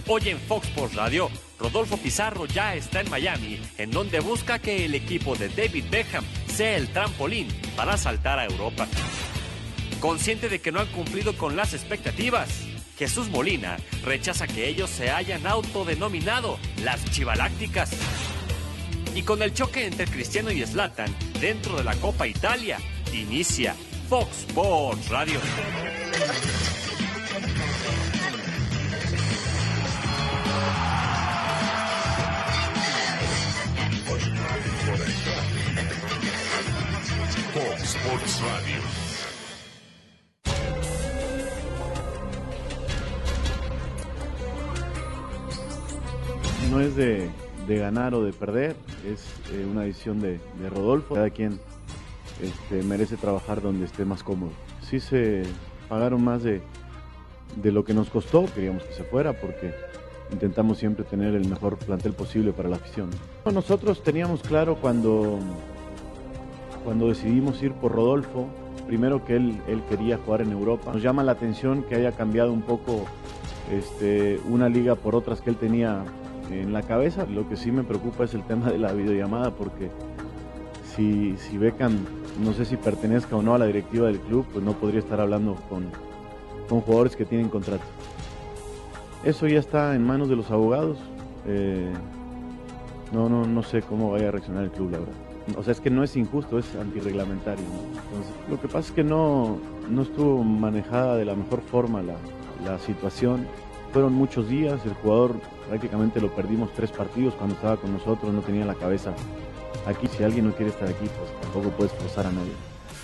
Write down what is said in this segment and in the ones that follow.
Hoy en Fox Sports Radio, Rodolfo Pizarro ya está en Miami, en donde busca que el equipo de David Beckham sea el trampolín para saltar a Europa. Consciente de que no han cumplido con las expectativas, Jesús Molina rechaza que ellos se hayan autodenominado las Chivalácticas. Y con el choque entre Cristiano y Zlatan dentro de la Copa Italia, inicia Fox Sports Radio. Fox Sports Radio. No es de ganar o de perder, es una decisión de Rodolfo. Cada quien merece trabajar donde esté más cómodo. Sí se pagaron más de lo que nos costó, queríamos que se fuera porque intentamos siempre tener el mejor plantel posible para la afición. Nosotros teníamos claro cuando decidimos ir por Rodolfo, primero que él quería jugar en Europa. Nos llama la atención que haya cambiado un poco una liga por otras que él tenía en la cabeza. Lo que sí me preocupa es el tema de la videollamada, porque si Beckham, no sé si pertenezca o no a la directiva del club, pues no podría estar hablando con jugadores que tienen contrato. Eso ya está en manos de los abogados. No sé cómo vaya a reaccionar el club, la verdad. O sea, es que no es injusto, es antirreglamentario, ¿no? Entonces, lo que pasa es que no estuvo manejada de la mejor forma la situación. Fueron muchos días, el jugador prácticamente lo perdimos 3 partidos cuando estaba con nosotros, no tenía la cabeza aquí. Si alguien no quiere estar aquí, pues tampoco puedes forzar a nadie.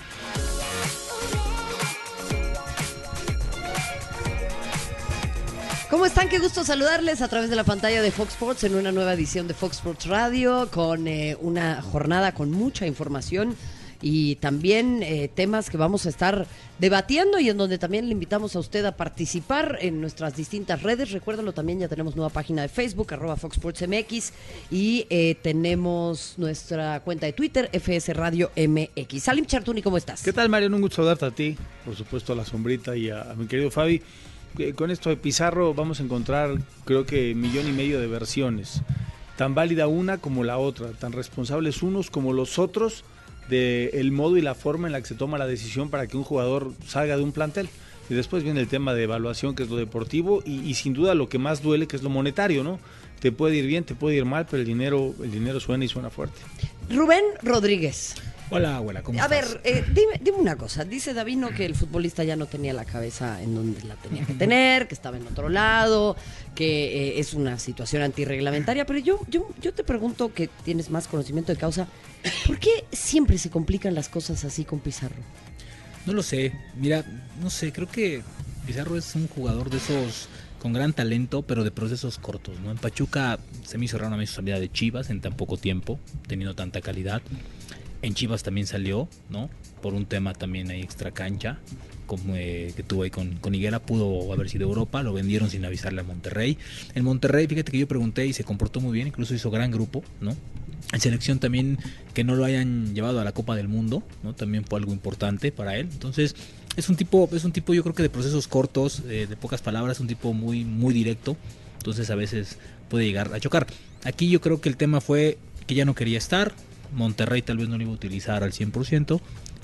¿Cómo están? Qué gusto saludarles a través de la pantalla de Fox Sports en una nueva edición de Fox Sports Radio con una jornada con mucha información y también temas que vamos a estar debatiendo y en donde también le invitamos a usted a participar en nuestras distintas redes. Recuérdalo, también ya tenemos nueva página de Facebook, @FoxSportsMX, y tenemos nuestra cuenta de Twitter, FS Radio MX. Salim Chartuni, ¿cómo estás? ¿Qué tal, Mario? Un gusto saludarte a ti, por supuesto a la sombrita y a mi querido Fabi. Con esto de Pizarro vamos a encontrar, creo que 1,5 millones de versiones, tan válida una como la otra, tan responsables unos como los otros del modo y la forma en la que se toma la decisión para que un jugador salga de un plantel. Y después viene el tema de evaluación, que es lo deportivo, y sin duda lo que más duele, que es lo monetario, ¿no? Te puede ir bien, te puede ir mal, pero el dinero suena y suena fuerte. Rubén Rodríguez. Hola, abuela, ¿cómo estás? A ver, dime una cosa. Dice Davino que el futbolista ya no tenía la cabeza en donde la tenía que tener, que estaba en otro lado, que es una situación antirreglamentaria. Pero yo te pregunto, que tienes más conocimiento de causa, ¿por qué siempre se complican las cosas así con Pizarro? No lo sé. Mira, no sé, creo que Pizarro es un jugador de esos con gran talento, pero de procesos cortos, ¿no? En Pachuca se me hizo raro una su salida de Chivas en tan poco tiempo, teniendo tanta calidad. En Chivas también salió, ¿no? Por un tema también ahí extra cancha, como que tuvo ahí con Higuera. Pudo haber sido Europa, lo vendieron sin avisarle a Monterrey. En Monterrey, fíjate que yo pregunté y se comportó muy bien, incluso hizo gran grupo, ¿no? En selección también, que no lo hayan llevado a la Copa del Mundo, ¿no? También fue algo importante para él. Entonces, es un tipo yo creo que de procesos cortos, de pocas palabras, un tipo muy, muy directo. Entonces a veces puede llegar a chocar. Aquí yo creo que el tema fue que ya no quería estar. Monterrey tal vez no lo iba a utilizar al 100%,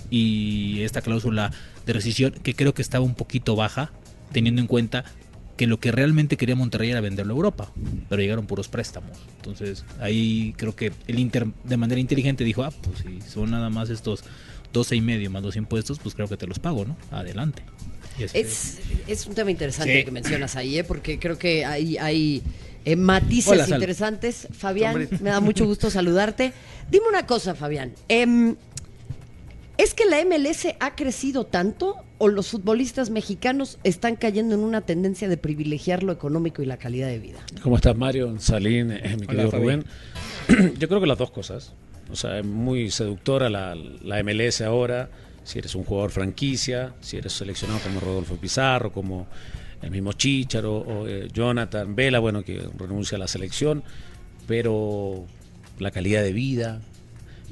y esta cláusula de rescisión, que creo que estaba un poquito baja, teniendo en cuenta que lo que realmente quería Monterrey era venderlo a Europa, pero llegaron puros préstamos. Entonces ahí creo que el Inter, de manera inteligente, dijo, pues si son nada más estos 12,5 más los impuestos, pues creo que te los pago, ¿no? Adelante. Es un tema interesante que mencionas ahí, porque creo que hay matices interesantes. Fabián, me da mucho gusto saludarte. Dime una cosa, Fabián. ¿Es que la MLS ha crecido tanto o los futbolistas mexicanos están cayendo en una tendencia de privilegiar lo económico y la calidad de vida? ¿Cómo estás, Mario? Salín, mi querido Rubén. Yo creo que las dos cosas. O sea, es muy seductora la MLS ahora. Si eres un jugador franquicia, si eres seleccionado como Rodolfo Pizarro, como el mismo Chícharo o Jonathan Vela, bueno, que renuncia a la selección, pero la calidad de vida,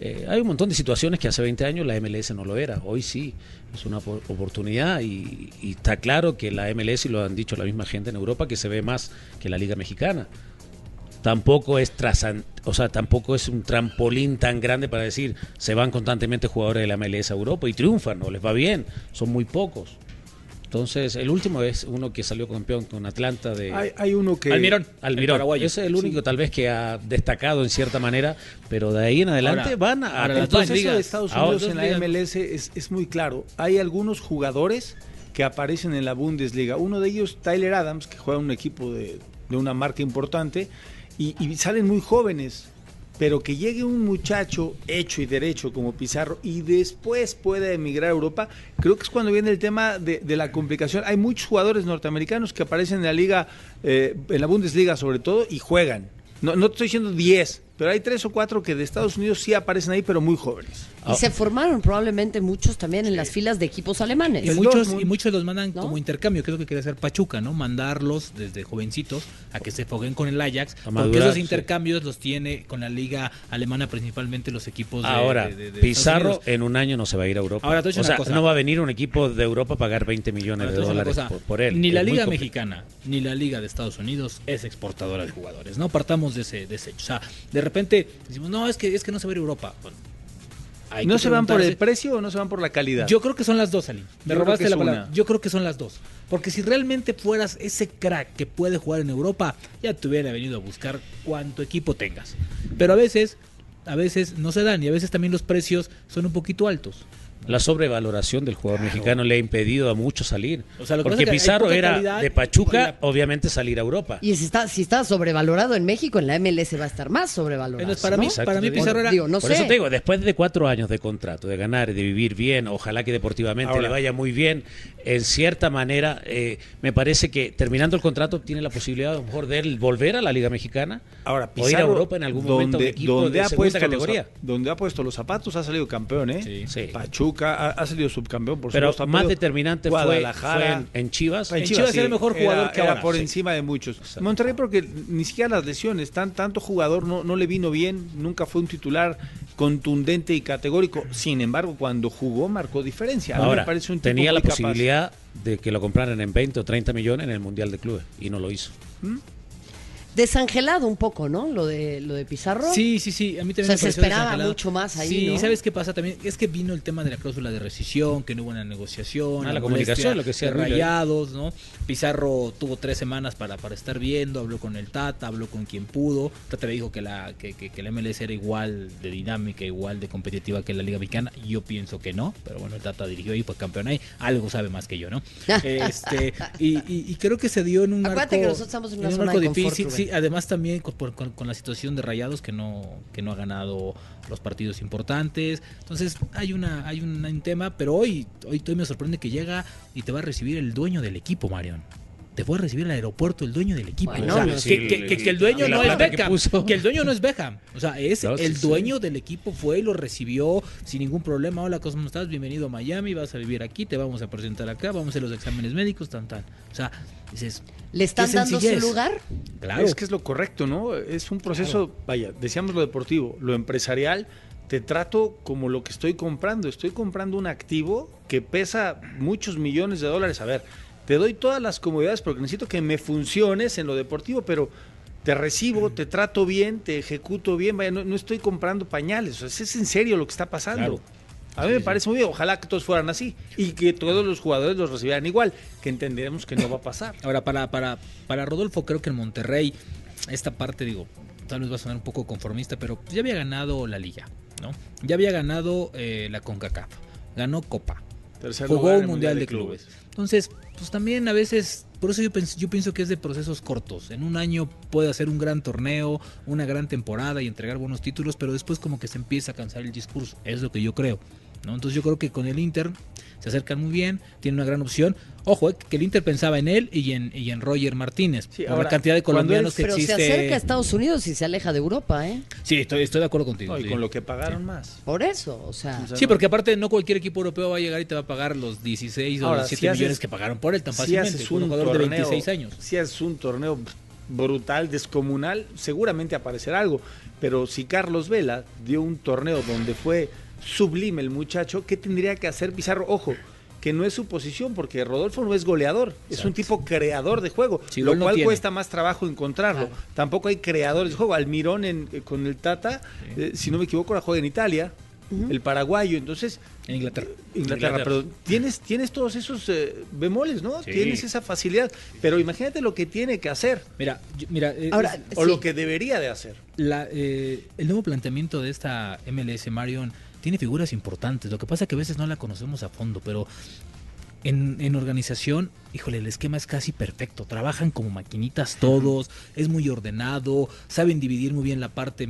Hay un montón de situaciones que hace 20 años la MLS no lo era. Hoy sí, es una oportunidad y está claro que la MLS, y lo han dicho la misma gente en Europa, que se ve más que la Liga Mexicana. Tampoco es tampoco es un trampolín tan grande para decir se van constantemente jugadores de la MLS a Europa y triunfan, no les va bien, son muy pocos. Entonces, el último es uno que salió campeón con Atlanta de... Hay uno que... Almirón. Ese es el único tal vez que ha destacado en cierta manera, pero de ahí en adelante van a... El proceso de Estados Unidos en la MLS es muy claro. Hay algunos jugadores que aparecen en la Bundesliga. Uno de ellos, Tyler Adams, que juega en un equipo de una marca importante, y salen muy jóvenes. Pero que llegue un muchacho hecho y derecho como Pizarro y después pueda emigrar a Europa, creo que es cuando viene el tema de la complicación. Hay muchos jugadores norteamericanos que aparecen en la liga, en la Bundesliga sobre todo, y juegan. No te estoy diciendo 10, pero hay 3 o 4 que de Estados Unidos sí aparecen ahí, pero muy jóvenes. Y se formaron probablemente muchos también en las filas de equipos alemanes. Y muchos los mandan, ¿no?, como intercambio, que es lo que quiere hacer Pachuca, ¿no? Mandarlos desde jovencitos a que se foguen con el Ajax, porque esos intercambios los tiene con la liga alemana, principalmente los equipos de Pizarro en un año no se va a ir a Europa. Ahora, no va a venir un equipo de Europa a pagar 20 millones de dólares por él. Ni la liga mexicana, ni la liga de Estados Unidos es exportadora de jugadores, ¿no? Partamos de ese hecho. O sea, de repente decimos, no, es que no se va a ir a Europa. Bueno, ¿no se van por el precio o no se van por la calidad? Yo creo que son las dos, Ali. Me robaste la palabra. Yo creo que son las dos. Porque si realmente fueras ese crack que puede jugar en Europa, ya te hubiera venido a buscar cuánto equipo tengas. Pero a veces no se dan y a veces también los precios son un poquito altos. La sobrevaloración del jugador mexicano le ha impedido a muchos salir. O sea, porque Pizarro era de Pachuca, obviamente salir a Europa. Y si está sobrevalorado en México, en la MLS va a estar más sobrevalorado. Entonces, para mí Pizarro era... Por eso te digo, después de 4 años de contrato, de ganar y de vivir bien, ojalá que deportivamente le vaya muy bien, en cierta manera, me parece que terminando el contrato tiene la posibilidad a lo mejor de él volver a la Liga Mexicana Pizarro, o ir a Europa en algún momento a un equipo de segunda categoría. Donde ha puesto los zapatos ha salido campeón, ¿eh? Sí. Pachuca ha salido subcampeón, por pero supuesto. Más determinante fue en Chivas. En Chivas era el mejor jugador que ahora. Era por encima de muchos. Exacto. Monterrey, porque ni siquiera las lesiones, tanto jugador no le vino bien, nunca fue un titular contundente y categórico. Sin embargo, cuando jugó marcó diferencia. Ahora, me parece un tipo tenía la capaz. posibilidad de que lo compraran en 20 o 30 millones en el Mundial de Clubes y no lo hizo. Desangelado un poco, ¿no? Lo de Pizarro. Sí. A mí también me se esperaba mucho más ahí, sí, ¿no? ¿Sabes qué pasa también? Es que vino el tema de la cláusula de rescisión, que no hubo una negociación, la comunicación, lo que sea, Rayados, ¿no? Pizarro tuvo 3 semanas para estar viendo, habló con el Tata, habló con quien pudo. Tata le dijo que la MLS era igual de dinámica, igual de competitiva que la Liga Mexicana. Yo pienso que no, pero bueno, el Tata dirigió ahí, fue campeón ahí, algo sabe más que yo, ¿no? Y creo que se dio en un Acuérdate que nosotros estamos en una zona de confort, difícil. Sí, además también con la situación de Rayados que no ha ganado los partidos importantes. Entonces hay un tema, pero hoy me sorprende que llega y te va a recibir el dueño del equipo, Marion. Te fue a recibir al aeropuerto el dueño del equipo. Bueno, o sea, que el dueño no es Beckham. Que el dueño no es Beckham. O sea, el dueño del equipo fue y lo recibió sin ningún problema. Hola, ¿cómo estás? Bienvenido a Miami, vas a vivir aquí, te vamos a presentar acá, vamos a hacer los exámenes médicos, tan. O sea, dices, ¿le están dando su lugar? Claro. Es que es lo correcto, ¿no? Es un proceso, vaya, decíamos lo deportivo, lo empresarial. Te trato como lo que estoy comprando. Estoy comprando un activo que pesa muchos millones de dólares. A ver, te doy todas las comodidades porque necesito que me funciones en lo deportivo, pero te recibo, te trato bien, te ejecuto bien. Vaya, no estoy comprando pañales. O sea, es en serio lo que está pasando. Claro. A mí me parece muy bien. Ojalá que todos fueran así y que todos los jugadores los recibieran igual, que entenderemos que no va a pasar. Ahora, para Rodolfo, creo que en Monterrey, esta parte, digo, tal vez va a sonar un poco conformista, pero ya había ganado la Liga, ¿no? Ya había ganado la CONCACAF, ganó Copa, jugó un Mundial de Clubes. Entonces, pues también a veces, por eso yo pienso que es de procesos cortos. En un año puede hacer un gran torneo, una gran temporada y entregar buenos títulos, pero después como que se empieza a cansar el discurso. Es lo que yo creo, ¿no? Entonces yo creo que con el Inter se acercan muy bien, tiene una gran opción. Ojo, que el Inter pensaba en él y en Roger Martínez, por la cantidad de colombianos que existe. Pero se acerca a Estados Unidos y se aleja de Europa, ¿eh? Sí, estoy de acuerdo contigo. No, y sí. con lo que pagaron más. Por eso, o sea... Sí, porque aparte no cualquier equipo europeo va a llegar y te va a pagar los 16 o 17 millones que pagaron por él tan fácilmente. Si haces un jugador torneo, de 26 años. Si haces un torneo brutal, descomunal, seguramente aparecerá algo. Pero si Carlos Vela dio un torneo donde fue sublime el muchacho, ¿qué tendría que hacer Pizarro? Ojo, que no es su posición, porque Rodolfo no es goleador, exacto, es un tipo creador de juego, sí, lo cual cuesta más trabajo encontrarlo. Claro. Tampoco hay creadores de juego. Almirón con el Tata, sí, si no me equivoco, la juega en Italia, el paraguayo, entonces... En Inglaterra, pero tienes todos esos bemoles, ¿no? Sí. Tienes esa facilidad, pero imagínate lo que tiene que hacer. Mira, ahora, o sí, lo que debería de hacer. El nuevo planteamiento de esta MLS, Marion, tiene figuras importantes. Lo que pasa es que a veces no la conocemos a fondo, pero en organización, híjole, el esquema es casi perfecto. Trabajan como maquinitas todos, es muy ordenado, saben dividir muy bien la parte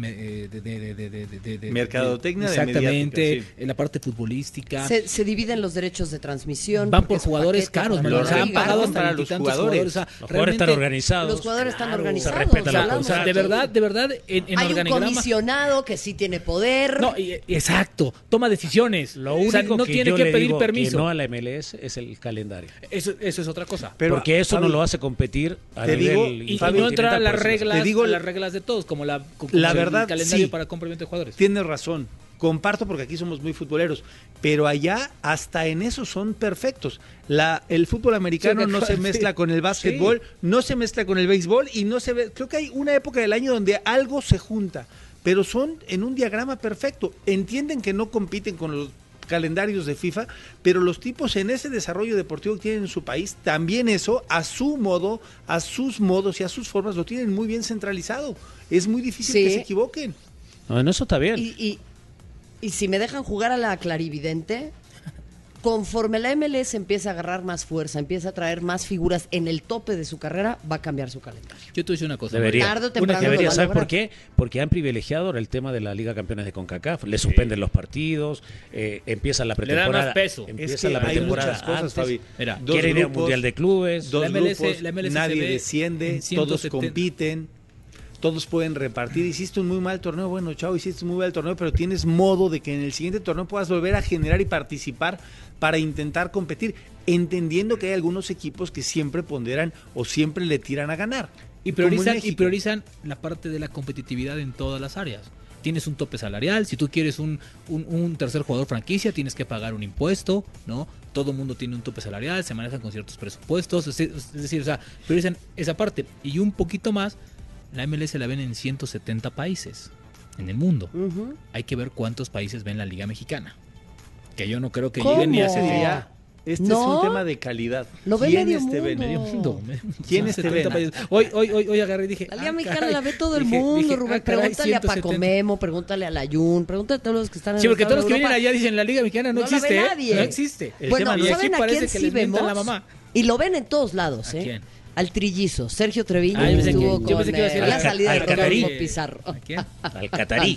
de mercadotecnia, exactamente, sí, la parte futbolística. Se dividen los derechos de transmisión. Van por jugadores caros, han pagado hasta para los jugadores. O sea, los jugadores están organizados. Los jugadores están organizados. Se respeta la o sea, de verdad, en hay organigrama. Un comisionado que sí tiene poder. No, exacto, toma decisiones. Lo único no que tiene yo que le pedir digo permiso. Que no a la MLS es el calendario. Eso es otra cosa. Porque eso no lo hace competir a nivel y no entra a las reglas de todos, como la verdad, el calendario sí, para complemento de jugadores. Tienes razón, comparto, porque aquí somos muy futboleros, pero allá hasta en eso son perfectos. El fútbol americano no se mezcla con el básquetbol, sí, no se mezcla con el béisbol y no se ve. Creo que hay una época del año donde algo se junta, pero son en un diagrama perfecto. Entienden que no compiten con los calendarios de FIFA, pero los tipos en ese desarrollo deportivo que tienen en su país, también eso, a su modo, a sus modos y a sus formas, lo tienen muy bien centralizado. Es muy difícil que se equivoquen. No, en eso está bien. Y si me dejan jugar a la clarividente, conforme la MLS empieza a agarrar más fuerza, empieza a traer más figuras en el tope de su carrera, va a cambiar su calendario. Yo te voy a decir una cosa. Tarde o temprano ¿sabes por qué? Porque han privilegiado el tema de la Liga Campeones de CONCACAF. Le suspenden los partidos, empieza la pretemporada. Le dan más peso. Empieza la pretemporada. Hay muchas cosas, Fabi. Mira, quiere ir al Mundial de Clubes. Dos grupos, nadie desciende, todos compiten. Todos pueden repartir. Hiciste un muy mal torneo, bueno, chao, hiciste un muy mal torneo, pero tienes modo de que en el siguiente torneo puedas volver a generar y participar para intentar competir, entendiendo que hay algunos equipos que siempre ponderan o siempre le tiran a ganar. Y priorizan la parte de la competitividad en todas las áreas. Tienes un tope salarial, si tú quieres un tercer jugador franquicia, tienes que pagar un impuesto, ¿no? Todo el mundo tiene un tope salarial, se manejan con ciertos presupuestos, es decir, o sea, priorizan esa parte. Y un poquito más, la MLS la ven en 170 países en el mundo. Uh-huh. Hay que ver cuántos países ven la Liga Mexicana. Que yo no creo que lleguen ni a ese día. Este es un tema de calidad. Lo ve medio mundo. ¿Quiénes te ven? Hoy agarré y dije... La Liga Mexicana la ve todo el mundo, Rubén. Pregúntale a Paco Memo, pregúntale a Layún, pregúntale a todos los que están en sí, porque todos los que vienen allá dicen la Liga Mexicana no existe. La ve nadie. No existe. Bueno, ¿saben a quién sí vemos? Y lo ven en todos lados, ¿eh? ¿Quién? Al trillizo, Sergio Treviño, estuvo con la salida de Rodolfo Pizarro. ¿A quién? Al Catarí.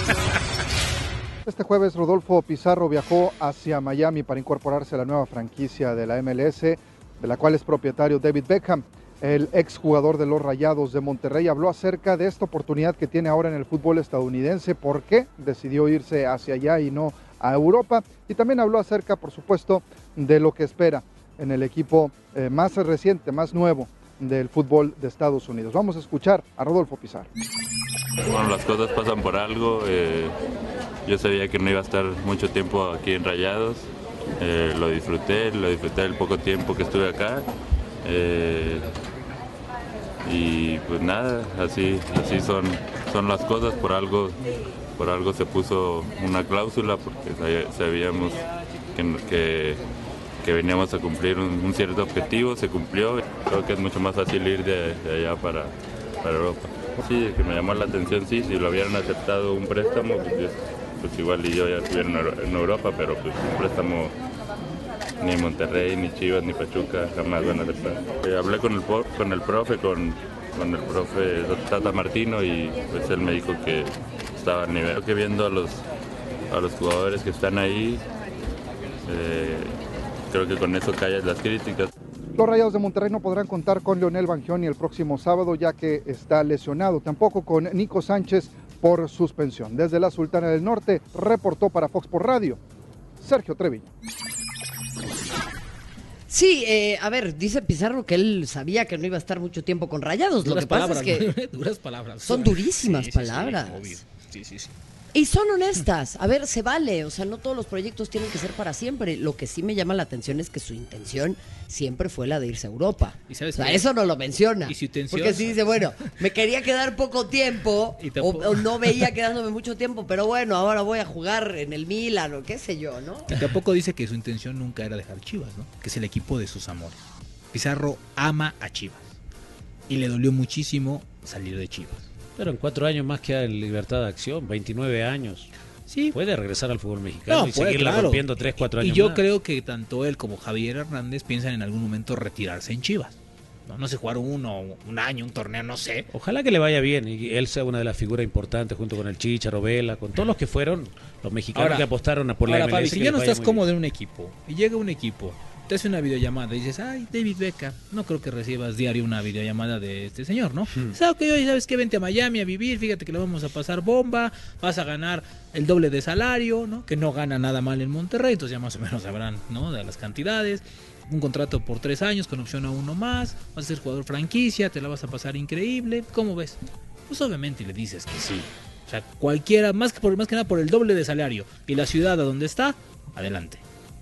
Este jueves Rodolfo Pizarro viajó hacia Miami para incorporarse a la nueva franquicia de la MLS, de la cual es propietario David Beckham. El exjugador de los Rayados de Monterrey habló acerca de esta oportunidad que tiene ahora en el fútbol estadounidense, por qué decidió irse hacia allá y no a Europa, y también habló acerca, por supuesto, de lo que espera en el equipo más reciente, más nuevo del fútbol de Estados Unidos. Vamos a escuchar a Rodolfo Pizarro. Bueno, las cosas pasan por algo. Yo sabía que no iba a estar mucho tiempo aquí en Rayados. Lo disfruté el poco tiempo que estuve acá. Y pues nada, así son las cosas. Por algo se puso una cláusula, porque sabíamos que veníamos a cumplir un cierto objetivo, se cumplió. Creo que es mucho más fácil ir de allá para Europa. Sí, que me llamó la atención, sí, si lo hubieran aceptado un préstamo, pues igual y yo ya estuviera en Europa, pero pues un préstamo ni Monterrey, ni Chivas, ni Pachuca jamás van a aceptar. Hablé con el profe Tata Martino, y pues él me dijo que estaba a nivel, que viendo a los jugadores que están ahí, creo que con eso callas las críticas. Los Rayados de Monterrey no podrán contar con Leonel Bangioni el próximo sábado, ya que está lesionado. Tampoco con Nico Sánchez por suspensión. Desde la Sultana del Norte, reportó para Fox Sports Radio, Sergio Treviño. Sí, a ver, dice Pizarro que él sabía que no iba a estar mucho tiempo con Rayados. Duras Lo que pasa palabras, es que duras palabras. son durísimas palabras. Sí, obvio. Sí. Y son honestas. A ver, se vale. O sea, no todos los proyectos tienen que ser para siempre. Lo que sí me llama la atención es que su intención siempre fue la de irse a Europa. ¿Y sabes o sea, qué? eso no lo menciona. ¿Y su intención? Porque sí dice, bueno, me quería quedar poco tiempo Y tampoco- o no veía quedándome mucho tiempo, pero bueno, ahora voy a jugar en el Milan o qué sé yo, ¿no? Y tampoco dice que su intención nunca era dejar Chivas, ¿no? Que es el equipo de sus amores. Pizarro ama a Chivas. Y le dolió muchísimo salir de Chivas. Pero en 4 años más queda en libertad de acción, 29 años. Sí. Puede regresar al fútbol mexicano y puede, seguirla claro. rompiendo 3-4 años Y yo más. creo que tanto él como Javier Hernández piensan en algún momento retirarse en Chivas. No sé, jugar un año, un torneo, no sé. Ojalá que le vaya bien y él sea una de las figuras importantes junto con el Chícharo, Vela, con todos los que fueron los mexicanos Ahora- que apostaron por la Ahora, MLS. Fabi, que si les ya no vaya estás muy cómodo bien. en un equipo y llega un equipo, te hace una videollamada y dices, ay, David Beckham, no creo que recibas diario una videollamada de este señor, ¿no? ¿Sabes que sabes que vente a Miami a vivir? Fíjate que le vamos a pasar bomba, vas a ganar el doble de salario, ¿no? Que no gana nada mal en Monterrey, entonces ya más o menos sabrán, ¿no? De las cantidades. Un contrato por 3 años con opción a uno más, vas a ser jugador franquicia, te la vas a pasar increíble, ¿cómo ves? Pues obviamente le dices que sí. O sea, cualquiera, más que nada por el doble de salario y la ciudad a donde está, adelante.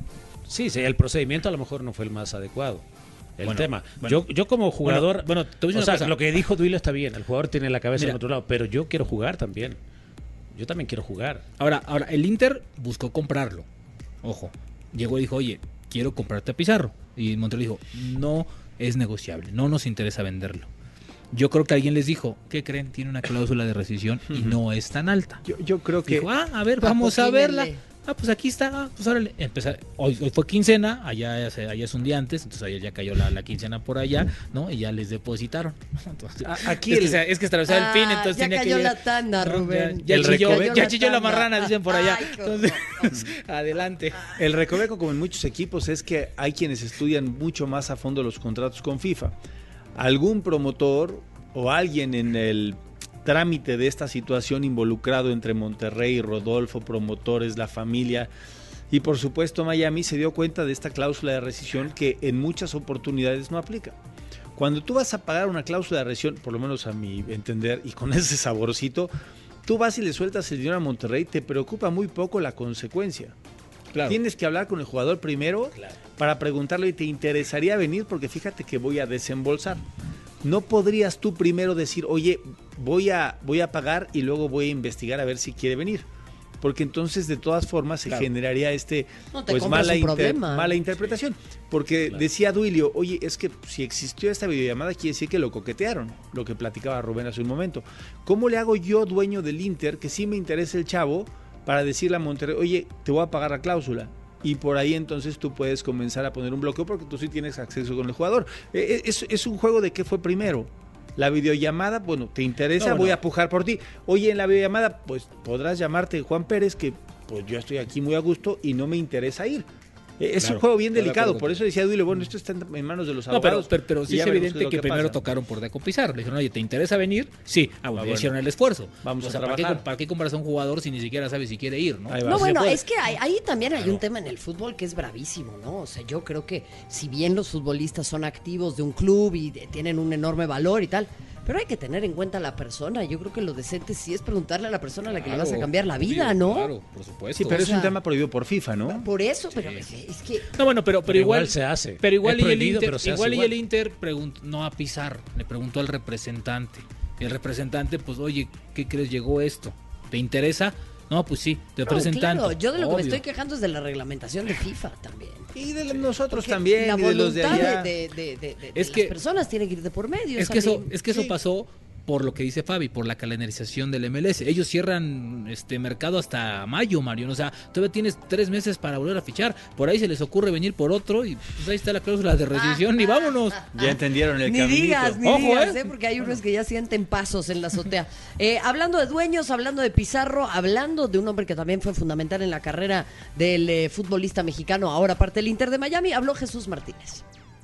Sí, el procedimiento a lo mejor no fue el más adecuado. El Bueno, tema. bueno. Yo como jugador, Bueno, te voy a decir o una sea, cosa. lo que dijo Duilo está bien. El jugador tiene la cabeza Mira. en otro lado, pero yo quiero jugar también. Yo también quiero jugar. Ahora, el Inter buscó comprarlo. Ojo, llegó y dijo, oye, quiero comprarte a Pizarro. Y Monterrey dijo, no es negociable, no nos interesa venderlo. Yo creo que alguien les dijo, ¿qué creen? Tiene una cláusula de rescisión y no es tan alta. Yo creo que Dijo, a ver, vamos a Apopínenle. verla. Pues aquí está, pues órale. Hoy fue quincena, allá es un día antes, entonces ayer ya cayó la quincena por allá, ¿no? Y ya les depositaron. Entonces, aquí es que atravesaba el fin, entonces ya tenía que cayó llegar. la tanda, No, Rubén. Ya, El recoveco. chilló la marrana, dicen por allá. Ay, qué Entonces, adelante. el recoveco, como en muchos equipos, es que hay quienes estudian mucho más a fondo los contratos con FIFA. Algún promotor o alguien en el trámite de esta situación involucrado entre Monterrey, Rodolfo, promotores, la familia y por supuesto Miami se dio cuenta de esta cláusula de rescisión que en muchas oportunidades no aplica. Cuando tú vas a pagar una cláusula de rescisión, por lo menos a mi entender y con ese saborcito, tú vas y le sueltas el dinero a Monterrey, te preocupa muy poco la consecuencia. Claro. Tienes que hablar con el jugador primero para preguntarle, ¿te interesaría venir? Porque fíjate que voy a desembolsar. No podrías tú primero decir, oye, voy a pagar y luego voy a investigar a ver si quiere venir. Porque entonces de todas formas se generaría No te compras un problema. mala interpretación. Porque decía Duilio, oye, es que si existió esta videollamada quiere decir que lo coquetearon, lo que platicaba Rubén hace un momento. ¿Cómo le hago yo, dueño del Inter, que sí me interesa el chavo, para decirle a Monterrey, oye, te voy a pagar la cláusula? Y por ahí entonces tú puedes comenzar a poner un bloqueo porque tú sí tienes acceso con el jugador. Es un juego de qué fue primero. La videollamada, bueno, ¿te interesa? Voy a pujar por ti. Oye, en la videollamada, pues podrás llamarte Juan Pérez, que pues yo estoy aquí muy a gusto y no me interesa ir. Es un juego bien delicado, por eso decía Duilio, bueno, esto está en manos de los abogados. Pero sí es evidente que primero tocaron por Pizarro. Le dijeron, oye, ¿te interesa venir? Sí. Bueno, hicieron el esfuerzo. Vamos a ¿para trabajar. ¿para qué compras a un jugador si ni siquiera sabes si quiere ir, no? No, bueno, es que ahí también hay un tema en el fútbol que es bravísimo, ¿no? O sea, yo creo que si bien los futbolistas son activos de un club y tienen un enorme valor y tal, pero hay que tener en cuenta a la persona. Yo creo que lo decente sí es preguntarle a la persona a la que le vas a cambiar la vida, ¿no? Claro, por supuesto. Sí, pero O es un sea, tema prohibido por FIFA, ¿no? Por eso, pero es que... No, bueno, pero igual se hace. Pero igual Es prohibido, pero se hace igual y igual. el Inter preguntó, no a Pizarro, le preguntó al representante. Y el representante, pues, oye, ¿qué crees? Llegó esto. ¿Te interesa? No, pues sí, representante. Claro, yo de lo que me Obvio. estoy quejando es de la reglamentación de FIFA también. Y de nosotros Porque también, la y de los de voluntad allá. de Es las que- personas tiene que ir de por medio. Es que Salim. eso pasó por lo que dice Fabi, por la calendarización del MLS. Ellos cierran mercado hasta mayo, Mario. O sea, todavía tienes 3 meses para volver a fichar. Por ahí se les ocurre venir por otro y pues ahí está la cláusula de rescisión y vámonos. Ya entendieron el Ni caminito. digas, ni Ojo, digas, porque hay unos que ya sienten pasos en la azotea. Hablando de dueños, hablando de Pizarro, hablando de un hombre que también fue fundamental en la carrera del futbolista mexicano, ahora parte del Inter de Miami, habló Jesús Martínez.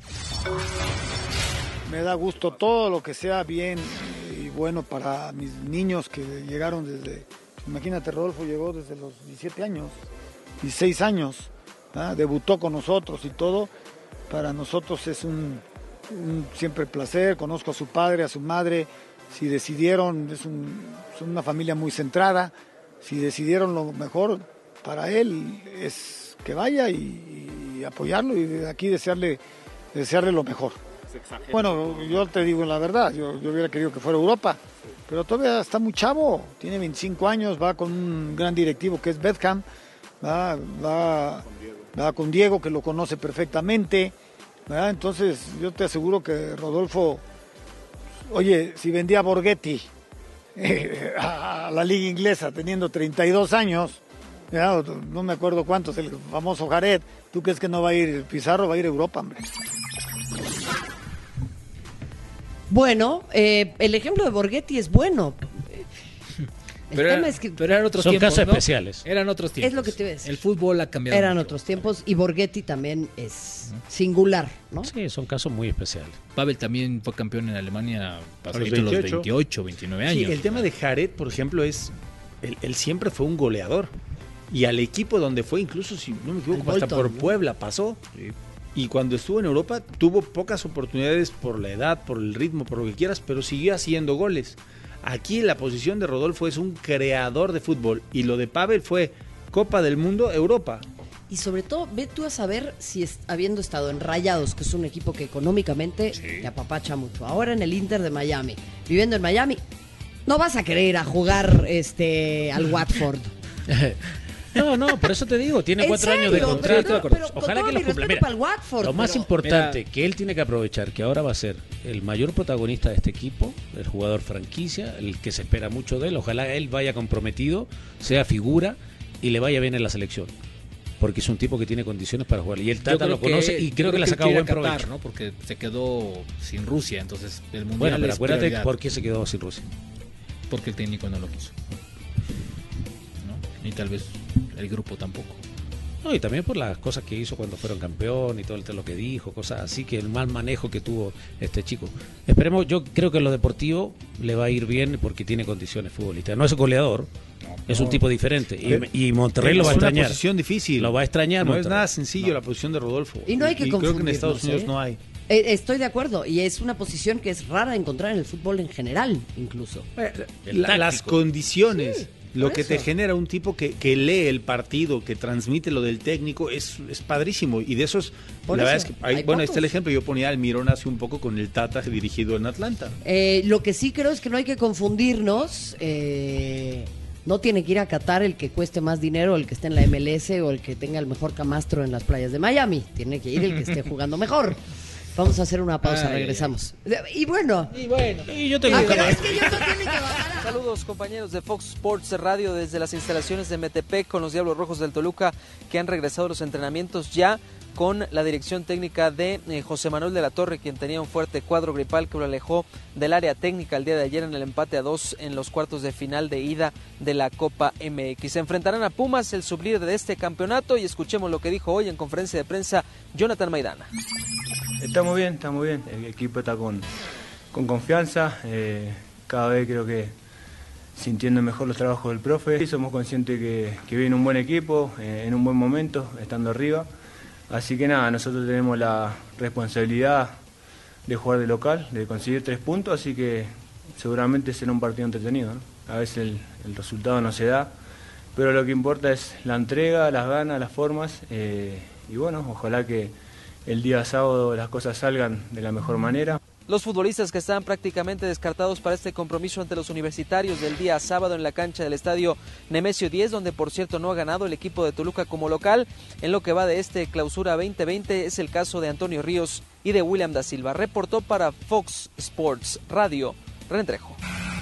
Me da gusto todo lo que sea bien y bueno para mis niños que llegaron desde, imagínate, Rodolfo llegó desde los 17 años, 16 años, ¿verdad? Debutó con nosotros y todo. para nosotros es un siempre placer. Conozco a su padre, a su madre. Si decidieron, son una familia muy centrada. Si decidieron lo mejor para él, es que vaya y apoyarlo y de aquí desearle lo mejor. Bueno, yo te digo la verdad, yo hubiera querido que fuera Europa, pero todavía está muy chavo, tiene 25 años, va con un gran directivo que es Beckham, va con Diego, que lo conoce perfectamente, ¿verdad? Entonces yo te aseguro que Rodolfo, oye, si vendía a Borghetti a la liga inglesa teniendo 32 años, ¿verdad? No me acuerdo cuántos, el famoso Jared, ¿tú crees que no va a ir Pizarro? Va a ir a Europa, hombre. Bueno, el ejemplo de Borghetti es bueno. Pero eran otros son tiempos, casos ¿no? especiales. Eran otros tiempos. Es lo que te ves. El fútbol ha cambiado Eran mucho. otros tiempos y Borghetti también es singular, ¿no? Sí, son casos muy especiales. Pavel también fue campeón en Alemania los pasadito los 28. 28, 29 años. Sí, el tema de Jared, por ejemplo, es él siempre fue un goleador. Y al equipo donde fue, incluso si no me equivoco, hasta Bolton, por ¿no? Puebla pasó. Y cuando estuvo en Europa tuvo pocas oportunidades por la edad, por el ritmo, por lo que quieras, pero siguió haciendo goles. Aquí la posición de Rodolfo es un creador de fútbol y lo de Pavel fue Copa del Mundo, Europa. Y sobre todo, ve tú a saber si habiendo estado en Rayados, que es un equipo que económicamente te apapacha mucho, ahora en el Inter de Miami, viviendo en Miami, no vas a querer ir a jugar al Watford. No, por eso te digo, tiene ¿En 4 años de serio? contrato. Pero con Ojalá todo que mi lo cumpla. respeto Mira, para el Watford, lo más pero- importante que él tiene que aprovechar, que ahora va a ser el mayor protagonista de este equipo, el jugador franquicia, el que se espera mucho de él. Ojalá él vaya comprometido, sea figura y le vaya bien en la selección. Porque es un tipo que tiene condiciones para jugar. Y el Tata lo conoce y creo que le ha sacado buen provecho. ¿no? Porque se quedó sin Rusia, entonces el mundial Bueno, pero es acuérdate prioridad. por qué se quedó sin Rusia. Porque el técnico no lo quiso. ¿No? Ni tal vez el grupo tampoco. No, y también por las cosas que hizo cuando fueron campeón y todo lo que dijo, cosas así, que el mal manejo que tuvo este chico. Esperemos, yo creo que en lo deportivo le va a ir bien porque tiene condiciones futbolísticas. No es un goleador, es un tipo diferente. Y Monterrey lo va a Es una extrañar. posición difícil. Lo va a extrañar No es Monterrey. nada sencillo la posición de Rodolfo. Y no hay que creo que en confundirnos, Estados Unidos ¿eh? no hay. Estoy de acuerdo, y es una posición que es rara de encontrar en el fútbol en general, incluso. Las condiciones, Sí, lo por que te eso. genera un tipo que lee el partido, que transmite lo del técnico, es padrísimo. Y de esos, Por la verdad eso, es que, hay bueno, este es el pocos. ejemplo. Yo ponía al Mirón hace un poco con el Tata dirigido en Atlanta. Lo que sí creo es que no hay que confundirnos. No tiene que ir a Qatar el que cueste más dinero, el que esté en la MLS o el que tenga el mejor camastro en las playas de Miami. Tiene que ir el que esté jugando mejor. Vamos a hacer una pausa, regresamos. Y bueno. Y yo tengo pero es que yo no tiene que bajar a... Saludos compañeros de Fox Sports Radio desde las instalaciones de Metepec con los Diablos Rojos del Toluca que han regresado a los entrenamientos ya con la dirección técnica de José Manuel de la Torre, quien tenía un fuerte cuadro gripal que lo alejó del área técnica el día de ayer en el empate a 2 en los cuartos de final de ida de la Copa MX. Se enfrentarán a Pumas, el sublíder de este campeonato, y escuchemos lo que dijo hoy en conferencia de prensa Jonathan Maidana. Está muy bien, el equipo está con confianza, cada vez creo que sintiendo mejor los trabajos del profe. Somos conscientes que viene un buen equipo, en un buen momento, estando arriba. Así que nada, nosotros tenemos la responsabilidad de jugar de local, de conseguir 3 puntos, así que seguramente será un partido entretenido, ¿no? A veces el resultado no se da, pero lo que importa es la entrega, las ganas, las formas, y bueno, ojalá que el día sábado las cosas salgan de la mejor manera. Los futbolistas que están prácticamente descartados para este compromiso ante los universitarios del día sábado en la cancha del estadio Nemesio 10, donde por cierto no ha ganado el equipo de Toluca como local en lo que va de este clausura 2020, es el caso de Antonio Ríos y de William da Silva. Reportó para Fox Sports Radio, René Trejo.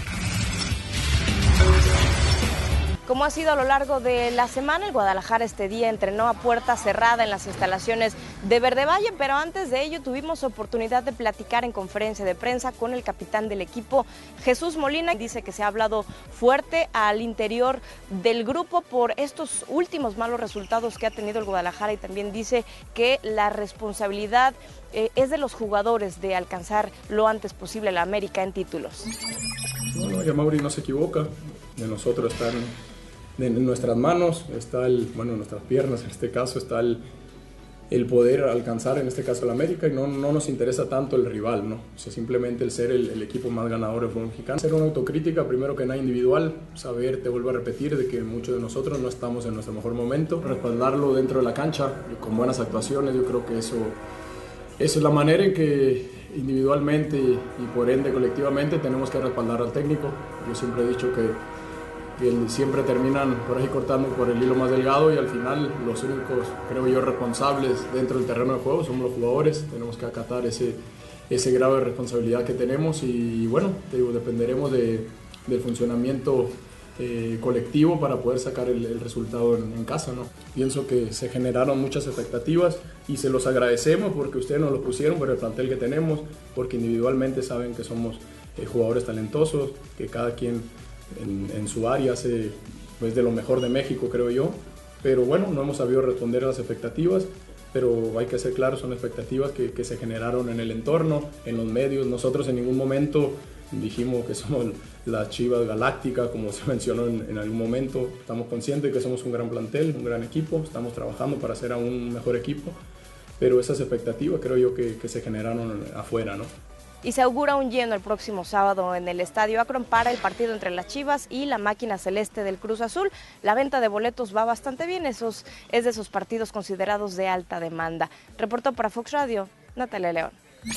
Como ha sido a lo largo de la semana, el Guadalajara este día entrenó a puerta cerrada en las instalaciones de Verde Valle, pero antes de ello tuvimos oportunidad de platicar en conferencia de prensa con el capitán del equipo, Jesús Molina. Dice que se ha hablado fuerte al interior del grupo por estos últimos malos resultados que ha tenido el Guadalajara, y también dice que la responsabilidad es de los jugadores de alcanzar lo antes posible la América en títulos. No, ya Mauri no se equivoca, de nosotros están en nuestras manos, está en nuestras piernas, en este caso está el poder alcanzar en este caso el América, y no nos interesa tanto el rival, ¿no? O sea, simplemente el ser el equipo más ganador del fútbol mexicano. Hacer una autocrítica, primero que nada individual, saber, te vuelvo a repetir, de que muchos de nosotros no estamos en nuestro mejor momento, respaldarlo dentro de la cancha con buenas actuaciones. Yo creo que eso es la manera en que individualmente y por ende colectivamente tenemos que respaldar al técnico. Yo siempre he dicho que siempre terminan por ahí cortando por el hilo más delgado, y al final los únicos, creo yo, responsables dentro del terreno de juego somos los jugadores. Tenemos que acatar ese grado de responsabilidad que tenemos, y bueno, te digo, dependeremos del funcionamiento colectivo para poder sacar el resultado en casa, ¿no? Pienso que se generaron muchas expectativas y se los agradecemos porque ustedes nos lo pusieron por el plantel que tenemos, porque individualmente saben que somos jugadores talentosos, que cada quien en su área hace pues de lo mejor de México, creo yo, pero bueno, no hemos sabido responder a las expectativas, pero hay que ser claros, son expectativas que se generaron en el entorno, en los medios. Nosotros en ningún momento dijimos que somos la Chivas Galáctica, como se mencionó en algún momento. Estamos conscientes de que somos un gran plantel, un gran equipo, estamos trabajando para ser aún un mejor equipo, pero esas expectativas creo yo que se generaron afuera, ¿no? Y se augura un lleno el próximo sábado en el Estadio Akron para el partido entre las Chivas y la máquina celeste del Cruz Azul. La venta de boletos va bastante bien, es de esos partidos considerados de alta demanda. Reportó para Fox Radio, Natalia León.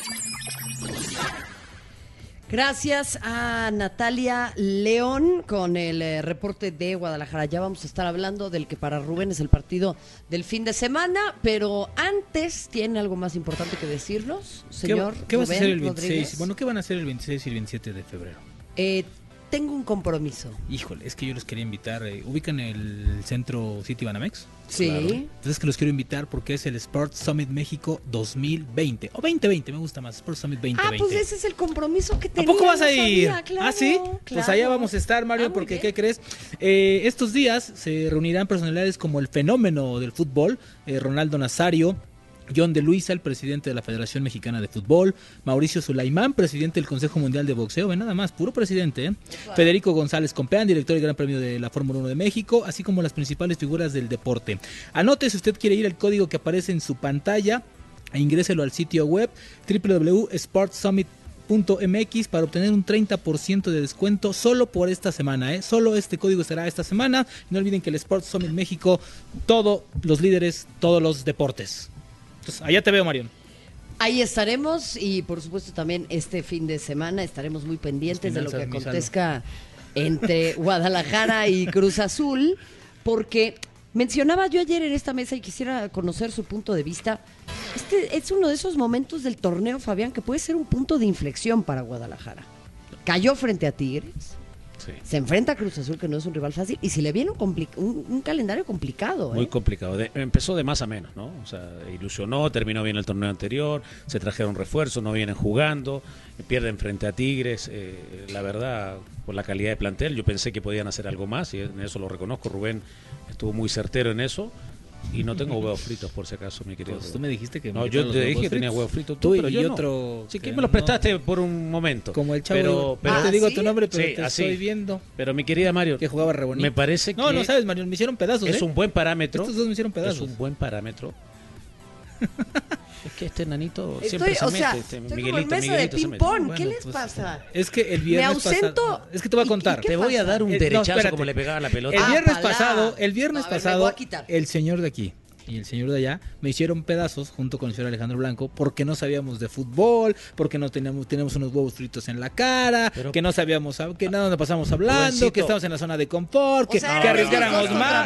Gracias a Natalia León con el reporte de Guadalajara. Ya vamos a estar hablando del que para Rubén es el partido del fin de semana, pero antes, ¿tiene algo más importante que decirnos, señor? ¿Qué vas a hacer el 26? Rodríguez? Bueno, ¿qué van a hacer el 26 y el 27 de febrero? Tengo un compromiso. Híjole, es que yo los quería invitar. ¿Ubican el centro City Banamex? Sí. Claro. Entonces que los quiero invitar porque es el Sports Summit México 2020. O 2020, me gusta más. Sports Summit 2020. Ah, pues ese es el compromiso que tenía. ¿A poco vas a ir? Claro, ¿Ah, sí? Claro. Pues allá vamos a estar, Mario, porque ¿qué crees? Estos días se reunirán personalidades como el fenómeno del fútbol, Ronaldo Nazario, John de Luisa, el presidente de la Federación Mexicana de Fútbol, Mauricio Sulaimán, presidente del Consejo Mundial de Boxeo, ve nada más, puro presidente, ¿eh? Federico González Compeán, director del Gran Premio de la Fórmula 1 de México, así como las principales figuras del deporte. Anote, si usted quiere ir al código que aparece en su pantalla, e ingréselo al sitio web www.sportsummit.mx para obtener un 30% de descuento solo por esta semana, ¿eh? Solo este código será esta semana. No olviden que el Sports Summit México, todos los líderes, todos los deportes. Entonces, allá te veo, Marión. Ahí estaremos y por supuesto también este fin de semana estaremos muy pendientes de lo que acontezca entre Guadalajara y Cruz Azul, porque mencionaba yo ayer en esta mesa y quisiera conocer su punto de vista. Este es uno de esos momentos del torneo, Fabián, que puede ser un punto de inflexión para Guadalajara. Cayó frente a Tigres. Sí. Se enfrenta a Cruz Azul, que no es un rival fácil, y si le viene un calendario complicado. Muy complicado. Empezó de más a menos, ¿no? O sea, ilusionó, terminó bien el torneo anterior, se trajeron refuerzos, no vienen jugando, pierden frente a Tigres. La verdad, por la calidad de plantel, yo pensé que podían hacer algo más, y en eso lo reconozco. Rubén estuvo muy certero en eso. Y no tengo huevos fritos, por si acaso, mi querido. Pues tú me dijiste que... No, yo te dije que tenía huevos fritos tú, pero yo otro... No. Sí, que me los prestaste por un momento. Como el chavo... Pero te digo tu nombre, pero sí, te estoy viendo. Pero mi querida Mario... Que jugaba re bonito. Me parece que... No sabes, Mario, me hicieron pedazos, Es un buen parámetro. Estos dos me hicieron pedazos. Es un buen parámetro. Es que este nanito siempre se mete. Estoy como en mesa de ping-pong. ¿Qué les pasa? Es que el viernes pasado... Es que te voy a contar. Te voy a dar un derechazo como le pegaba la pelota. El viernes pasado, el señor de aquí y el señor de allá me hicieron pedazos junto con el señor Alejandro Blanco porque no sabíamos de fútbol, porque no teníamos unos huevos fritos en la cara, pero, que no sabíamos, que nada nos pasamos hablando, Juancito, que estábamos en la zona de confort, que arriesgáramos más.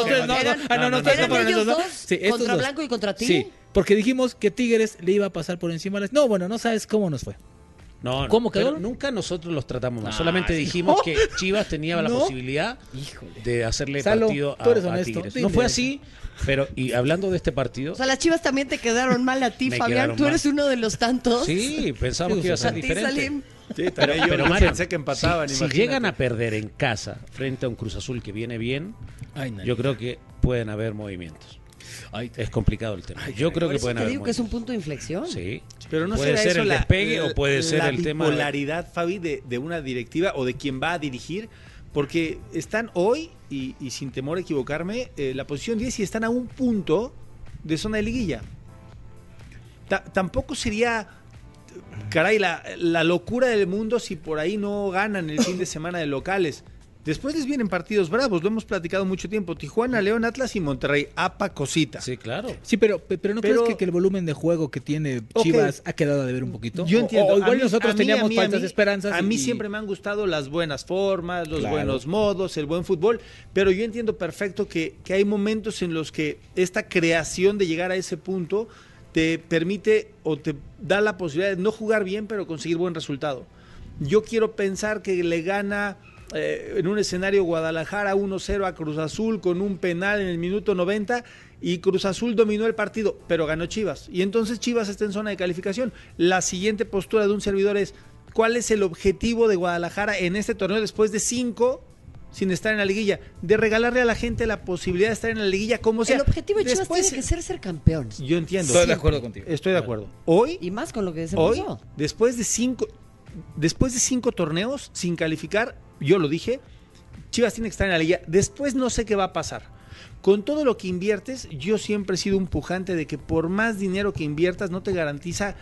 ¿Contra Blanco y contra ti? Sí, porque dijimos que Tigres le iba a pasar por encima. No sabes cómo nos fue. No, ¿cómo quedó? Nunca nosotros los tratamos mal. Solamente dijimos que Chivas tenía la posibilidad de hacerle partido a Tigres. No fue así, pero y hablando de este partido... O sea, las Chivas también te quedaron mal a ti, Fabián. Tú eres uno de los tantos. Sí, pensamos que iba a ser diferente. Sí, pero Mario, pensé que empataban. Si llegan a perder en casa frente a un Cruz Azul que viene bien, yo creo que pueden haber movimientos. Es complicado el tema. Yo creo que pueden haber. Te digo que es un punto de inflexión. Sí, pero no puede ser el despegue o puede ser el tema. La bipolaridad, Fabi, de una directiva o de quien va a dirigir, porque están hoy, y sin temor a equivocarme, la posición 10 y están a un punto de zona de liguilla. Tampoco sería, caray, la locura del mundo si por ahí no ganan el fin de semana de locales. Después les vienen partidos bravos, lo hemos platicado mucho tiempo. Tijuana, León, Atlas y Monterrey. Apa cosita. Sí, claro. Sí, pero ¿no crees que el volumen de juego que tiene Chivas ha quedado a deber un poquito? Yo entiendo. O igual nosotros teníamos falsas esperanzas. A mí siempre me han gustado las buenas formas, los buenos modos, el buen fútbol, pero yo entiendo perfecto que hay momentos en los que esta creación de llegar a ese punto te permite o te da la posibilidad de no jugar bien, pero conseguir buen resultado. Yo quiero pensar que le gana en un escenario Guadalajara 1-0 a Cruz Azul con un penal en el minuto 90 y Cruz Azul dominó el partido, pero ganó Chivas. Y entonces Chivas está en zona de calificación. La siguiente postura de un servidor es, ¿cuál es el objetivo de Guadalajara en este torneo después de 5 sin estar en la liguilla? De regalarle a la gente la posibilidad de estar en la liguilla como sea. El objetivo de Chivas tiene que ser campeón. Yo entiendo. Estoy de acuerdo contigo. Estoy de acuerdo. Hoy, y más con lo que se hoy, pasó. después de 5 torneos sin calificar, yo lo dije, Chivas tiene que estar en la liga. Después no sé qué va a pasar. Con todo lo que inviertes, yo siempre he sido un pujante de que por más dinero que inviertas no te garantiza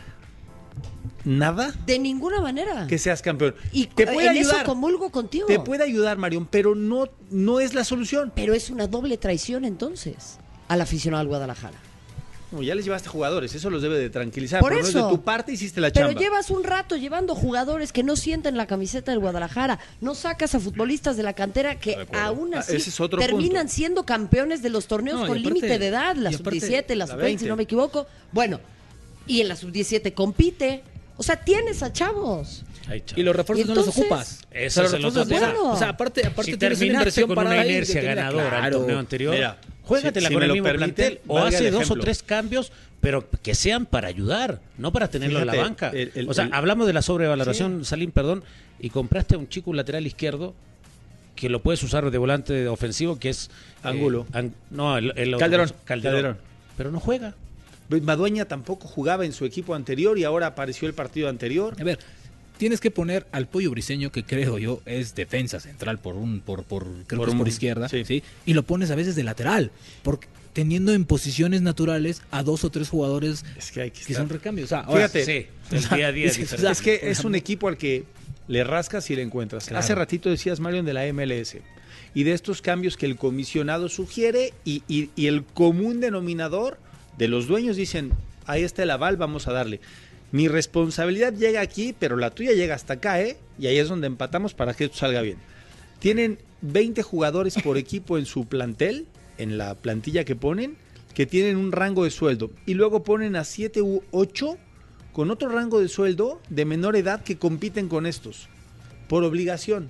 nada. De ninguna manera. Que seas campeón. Y te puede en ayudar. eso comulgo contigo. Te puede ayudar, Marión, pero no es la solución. Pero es una doble traición entonces al aficionado al Guadalajara. No, ya les llevaste jugadores, eso los debe de tranquilizar. Por pero eso. No es de tu parte, hiciste la Pero chamba. llevas un rato llevando jugadores que no sienten la camiseta del Guadalajara. No sacas a futbolistas de la cantera que aún así ese es otro terminan punto. siendo campeones de los torneos No, y con aparte- límite de edad. La y aparte, sub-17, la la sub-20, 20. si no me equivoco. Bueno, y en la sub-17 compite. O sea, tienes a chavos. Ay, Y los refuerzos ¿Y no los entonces? opas. Eso O sea, es el los otro refuerzos, tema. Bueno. o sea, aparte Si tienes una terminaste inversión con para una ahí que inercia termina- ganadora claro. el torneo anterior, Mira, juégatela si con me el lo mismo permiten, plantel o valga hace el 2 o ejemplo. 3 cambios, pero que sean para ayudar, no para tenerlo en la Fíjate, banca. el- o sea, hablamos de la sobrevaloración, Salim, perdón, y compraste a un chico, un lateral izquierdo, que lo puedes usar de volante ofensivo, que es Angulo. No, el otro, Calderón. Calderón. Pero no juega. Madueña tampoco jugaba en su equipo anterior y ahora apareció el partido anterior. A ver, tienes que poner al Pollo Briseño, que creo yo es defensa central creo que es por izquierda, sí. y lo pones a veces de lateral, porque teniendo en posiciones naturales a 2 o 3 jugadores Es que hay que que estar. son recambios. O sea, ahora, Fíjate, Sí, el día a día es diferente. Es que por es un ejemplo, equipo al que le rascas y le encuentras. Claro. Hace ratito decías, Marion, de la MLS y de estos cambios que el comisionado sugiere y el común denominador de los dueños dicen, ahí está el aval, vamos a darle. Mi responsabilidad llega aquí, pero la tuya llega hasta acá, ¿eh? Y ahí es donde empatamos para que esto salga bien. Tienen 20 jugadores por equipo en su plantel, en la plantilla que ponen, que tienen un rango de sueldo. Y luego ponen a 7 u 8 con otro rango de sueldo de menor edad que compiten con estos, por obligación.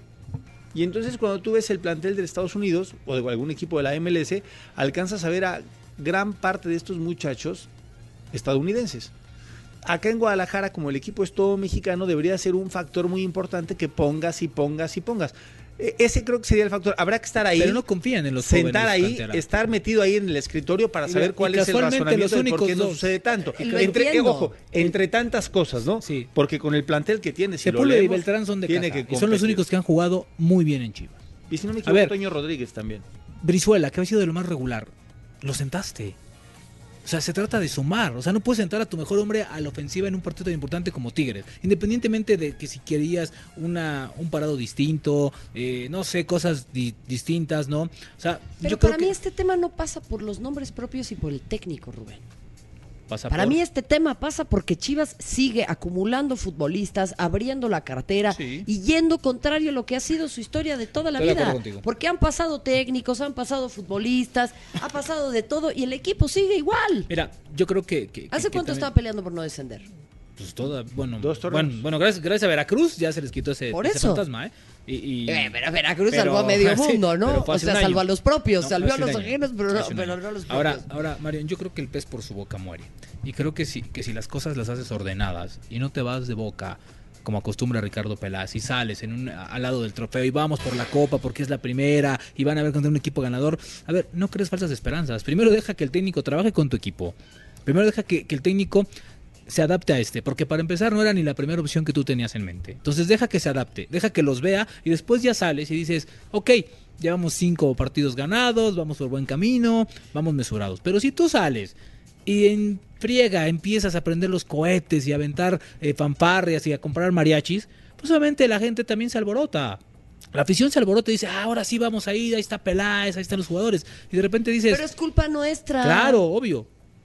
Y entonces cuando tú ves el plantel de Estados Unidos, o de algún equipo de la MLS, alcanzas a ver a gran parte de estos muchachos estadounidenses. Acá en Guadalajara, como el equipo es todo mexicano, debería ser un factor muy importante que pongas y pongas y pongas. Ese creo que sería el factor. Habrá que estar ahí. pero no confían en los sentar jóvenes ahí, canteranos. estar metido ahí en el escritorio para Y saber la- cuál y es el casualmente razonamiento los de por qué únicos no dos. sucede tanto. Lo entiendo. Ojo, entre tantas cosas, ¿no? Sí. Porque con el plantel que tiene, si lo Sepúlveda y leemos, Beltrán son de tiene casa, que y son los competir. únicos que han jugado muy bien en Chivas. Y si no me A equivoco, ver. Toño Rodríguez también. Brizuela, que ha sido de lo más regular, lo sentaste. O sea, se trata de sumar. O sea, no puedes sentar a tu mejor hombre a la ofensiva en un partido tan importante como Tigres. Independientemente de que si querías un parado distinto, no sé, cosas distintas, ¿no? O sea, Pero yo creo para que mí este tema no pasa por los nombres propios y por el técnico, Rubén. pasa Para por- mí este tema pasa porque Chivas sigue acumulando futbolistas, abriendo la cartera Sí. y yendo contrario a lo que ha sido su historia de toda la Estoy de vida. acuerdo contigo. Porque han pasado técnicos, han pasado futbolistas, ha pasado de todo y el equipo sigue igual. Mira, yo creo que ¿Hace que cuánto también- estaba peleando por no descender? Pues toda, bueno, 2 torneos. bueno, gracias a Veracruz ya se les quitó ese Por ese eso. fantasma, ¿eh? Pero Veracruz pero- salvó a medio sí, mundo, ¿no? pero fue O hace sea, un año. salvó a los propios, No, salvó a hace un los año. ajenos, pero Hace un no año. a los propios. Ahora, Marion, yo creo que el pez por su boca muere. Y creo que si las cosas las haces ordenadas y no te vas de boca, como acostumbra Ricardo Peláez, y sales al lado del trofeo y vamos por la copa porque es la primera y van a ver contra un equipo ganador. A ver, no crees falsas esperanzas. Primero deja que el técnico trabaje con tu equipo. Primero deja que el técnico se adapte a porque para empezar no era ni la primera opción que tú tenías en mente. Entonces deja que se adapte, deja que los vea y después ya sales y dices, ok, llevamos 5 partidos ganados, vamos por buen camino, vamos mesurados. Pero si tú sales y en friega empiezas a prender los cohetes y a aventar fanfarrias y a comprar mariachis, pues obviamente la gente también se alborota. La afición se alborota y dice, ahora sí vamos a ir, ahí está Peláez, ahí están los jugadores. Y de repente dices... Pero es culpa nuestra. Claro, obvio.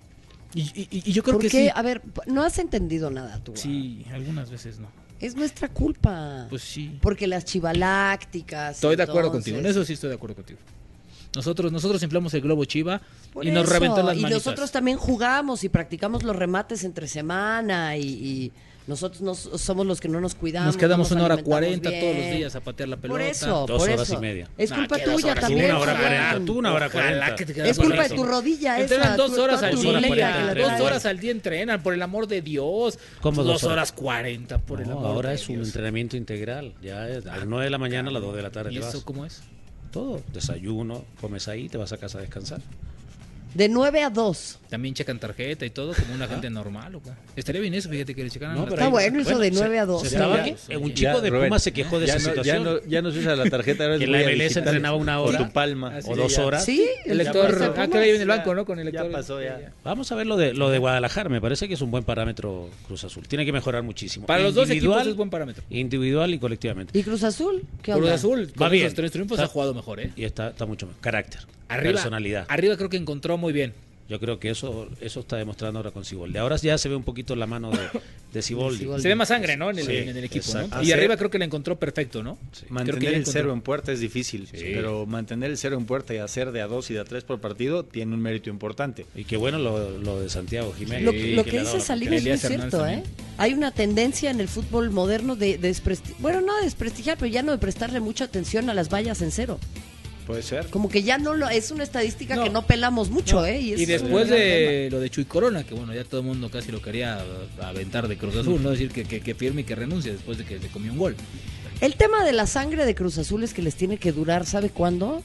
Y yo creo que sí. A ver, no has entendido nada tú. Sí, algunas veces no. Es nuestra culpa. Pues sí. Porque las chivalácticas... Estoy de acuerdo contigo, en eso sí estoy de acuerdo contigo. Nosotros inflamos el globo chiva y nos reventó las manitas. Y nosotros también jugamos y practicamos los remates entre semana y nosotros somos los que no nos cuidamos. Nos quedamos 1 hora 40 todos los días a patear la pelota. Por eso, 2 horas y media. Es culpa tuya también. 1 hora 40, tú 1 hora 40. Es culpa de tu rodilla entrenan esa. 2 horas al día. 2 2 horas al día entrenan, por el amor de Dios. ¿Cómo 2 horas 40, por el amor de Dios. Ahora es un entrenamiento integral. Ya a las 9 de la mañana a las 2 de la tarde ¿Y te eso vas. cómo es? Todo. Desayuno, comes ahí, te vas a casa a descansar. De 9 a 2. También checan tarjeta y todo, como una gente normal. ¿O qué? Estaría bien eso, fíjate que le checaran. No, está bueno eso de 9 a 2. Un chico de Puma se quejó de esa situación. Ya no se usa la tarjeta. Ahora que la MLS entrenaba 1 hora. Con tu palma. O 2 horas. Sí, el lector. Que le en el banco, ¿no? Con el lector. Ya pasó, ya. Vamos a ver lo de Guadalajara. Me parece que es un buen parámetro Cruz Azul. Tiene que mejorar muchísimo. Para los dos equipos es buen parámetro. Individual y colectivamente. ¿Y Cruz Azul? ¿Qué onda? Cruz Azul, va bien. Los 3 triunfos ha jugado mejor, ¿eh? Y está mucho más. Carácter. Arriba, personalidad. Arriba creo que encontró muy bien. Yo creo que eso está demostrando ahora con Siboldi. Ahora ya se ve un poquito la mano de Siboldi. Se ve más sangre, ¿no? En el equipo, ¿no? Y arriba creo que la encontró perfecto, ¿no? Sí. Mantener el 0 en puerta es difícil, pero mantener el 0 en puerta y hacer de a 2 y de a 3 por partido tiene un mérito importante. Y qué bueno lo de Santiago Jiménez. Lo que dice Salín es muy cierto, ¿eh? Hay una tendencia en el fútbol moderno de desprestigiar, bueno, no de desprestigiar, pero ya no de prestarle mucha atención a las vallas en cero. Puede ser. Como que ya no es una estadística que no pelamos mucho, ¿eh? Y después de lo de Chuy Corona, que bueno, ya todo el mundo casi lo quería aventar de Cruz Azul, ¿no? Decir que firme y que renuncie después de que se comió un gol. El tema de la sangre de Cruz Azul es que les tiene que durar, ¿sabe cuándo?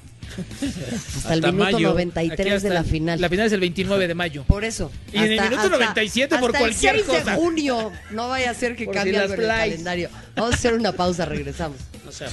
Hasta el minuto mayo. 93 de la final. La final es el 29 de mayo. Por eso. Y en el minuto 97 por cualquier cosa. cosa. El 6 de junio. No vaya a ser que cambie algo en el calendario. Vamos a hacer una pausa, regresamos. No sea.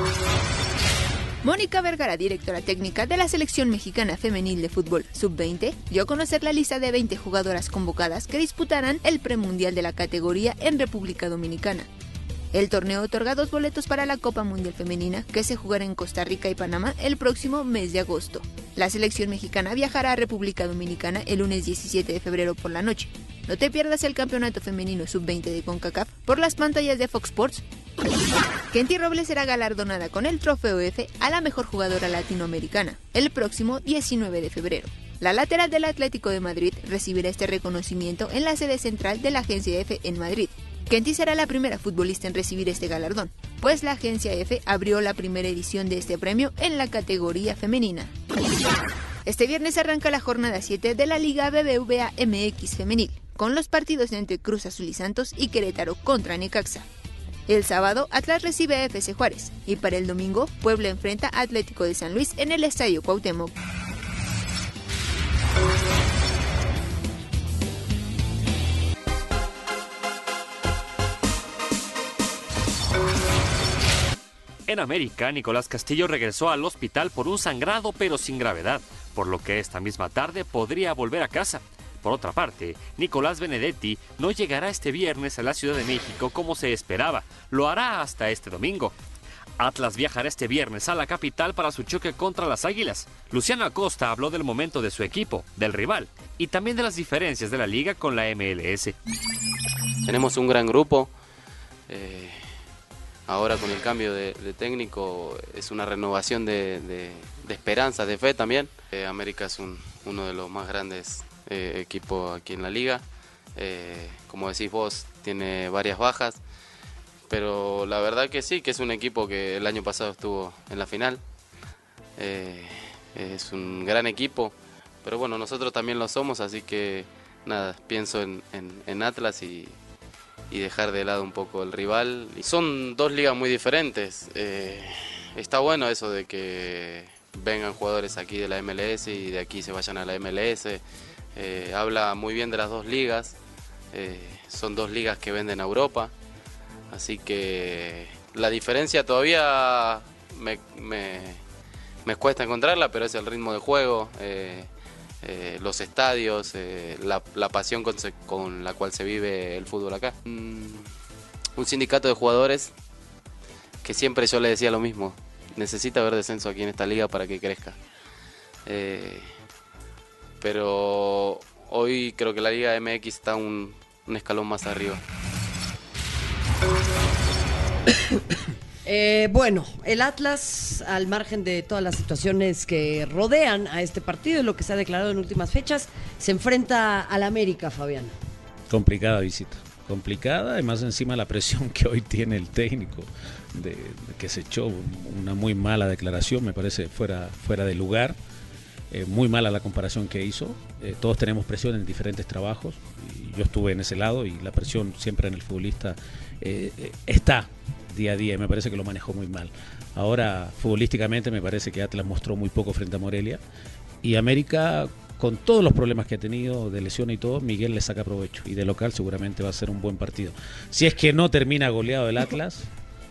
Mónica Vergara, directora técnica de la selección mexicana femenil de fútbol sub-20, dio a conocer la lista de 20 jugadoras convocadas que disputarán el premundial de la categoría en República Dominicana. El torneo otorga 2 boletos para la Copa Mundial Femenina, que se jugará en Costa Rica y Panamá el próximo mes de agosto. La selección mexicana viajará a República Dominicana el lunes 17 de febrero por la noche. No te pierdas el campeonato femenino sub-20 de CONCACAF por las pantallas de Fox Sports. Kenty Robles será galardonada con el trofeo F a la mejor jugadora latinoamericana el próximo 19 de febrero. La lateral del Atlético de Madrid recibirá este reconocimiento en la sede central de la agencia F en Madrid. Kenty será la primera futbolista en recibir este galardón, pues la agencia F abrió la primera edición de este premio en la categoría femenina. Este viernes arranca la jornada 7 de la Liga BBVA MX femenil, con los partidos entre Cruz Azul y Santos y Querétaro contra Necaxa. El sábado, Atlas recibe a FC Juárez y para el domingo, Puebla enfrenta a Atlético de San Luis en el Estadio Cuauhtémoc. En América, Nicolás Castillo regresó al hospital por un sangrado pero sin gravedad, por lo que esta misma tarde podría volver a casa. Por otra parte, Nicolás Benedetti no llegará este viernes a la Ciudad de México como se esperaba, lo hará hasta este domingo. Atlas viajará este viernes a la capital para su choque contra las Águilas. Luciano Acosta habló del momento de su equipo, del rival y también de las diferencias de la liga con la MLS. Tenemos un gran grupo. Ahora con el cambio de técnico es una renovación de esperanza, de fe también. América es uno de los más grandes equipos aquí en la liga. Como decís vos, tiene varias bajas, pero la verdad que sí, que es un equipo que el año pasado estuvo en la final. Es un gran equipo, pero bueno, nosotros también lo somos, así que nada, pienso en Atlas y dejar de lado un poco el rival. Son dos ligas muy diferentes. Está bueno eso de que vengan jugadores aquí de la MLS y de aquí se vayan a la MLS. Habla muy bien de las dos ligas. Son dos ligas que venden a Europa. Así que la diferencia todavía me cuesta encontrarla, pero es el ritmo de juego. los estadios, la pasión con la cual se vive el fútbol acá. Un sindicato de jugadores que siempre yo le decía lo mismo, necesita haber descenso aquí en esta liga para que crezca. Pero hoy creo que la Liga MX está un escalón más arriba. Bueno, el Atlas, al margen de todas las situaciones que rodean a este partido y lo que se ha declarado en últimas fechas, se enfrenta al América, Fabián. Complicada visita, complicada, y más encima la presión que hoy tiene el técnico, de que se echó una muy mala declaración, me parece fuera de lugar. Muy mala la comparación que hizo. Todos tenemos presión en diferentes trabajos, y yo estuve en ese lado, y la presión siempre en el futbolista está día a día, y me parece que lo manejó muy mal. Ahora, futbolísticamente, me parece que Atlas mostró muy poco frente a Morelia, y América, con todos los problemas que ha tenido de lesión y todo, Miguel le saca provecho, y de local seguramente va a ser un buen partido. Si es que no termina goleado el Atlas,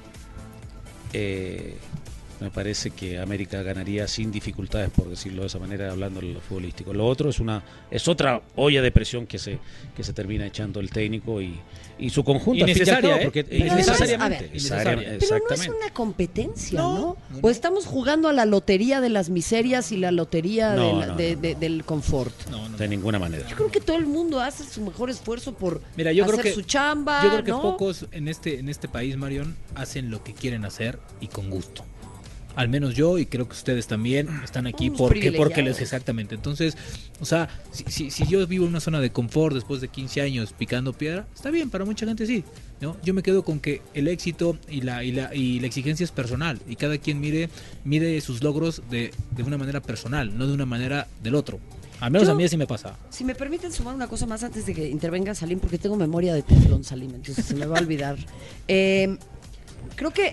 me parece que América ganaría sin dificultades, por decirlo de esa manera, hablando de lo futbolístico. Lo otro es otra olla de presión que se termina echando el técnico y su conjunto. Innecesaria, porque innecesariamente. Pero no es una competencia, ¿no? O estamos jugando a la lotería de las miserias y la lotería del confort. No, de ninguna manera. Yo creo que todo el mundo hace su mejor esfuerzo por hacer su chamba. Yo creo que pocos en este país, Marión, hacen lo que quieren hacer y con gusto. Al menos yo, y creo que ustedes también están aquí porque les exactamente. Entonces, o sea, si yo vivo en una zona de confort después de 15 años picando piedra, está bien, para mucha gente sí, ¿no? Yo me quedo con que el éxito y la exigencia es personal, y cada quien mire sus logros de una manera personal, no de una manera del otro. Al menos a mí así me pasa. Si me permiten sumar una cosa más antes de que intervenga Salim, porque tengo memoria de teflón, Salim, entonces se me va a olvidar. Creo que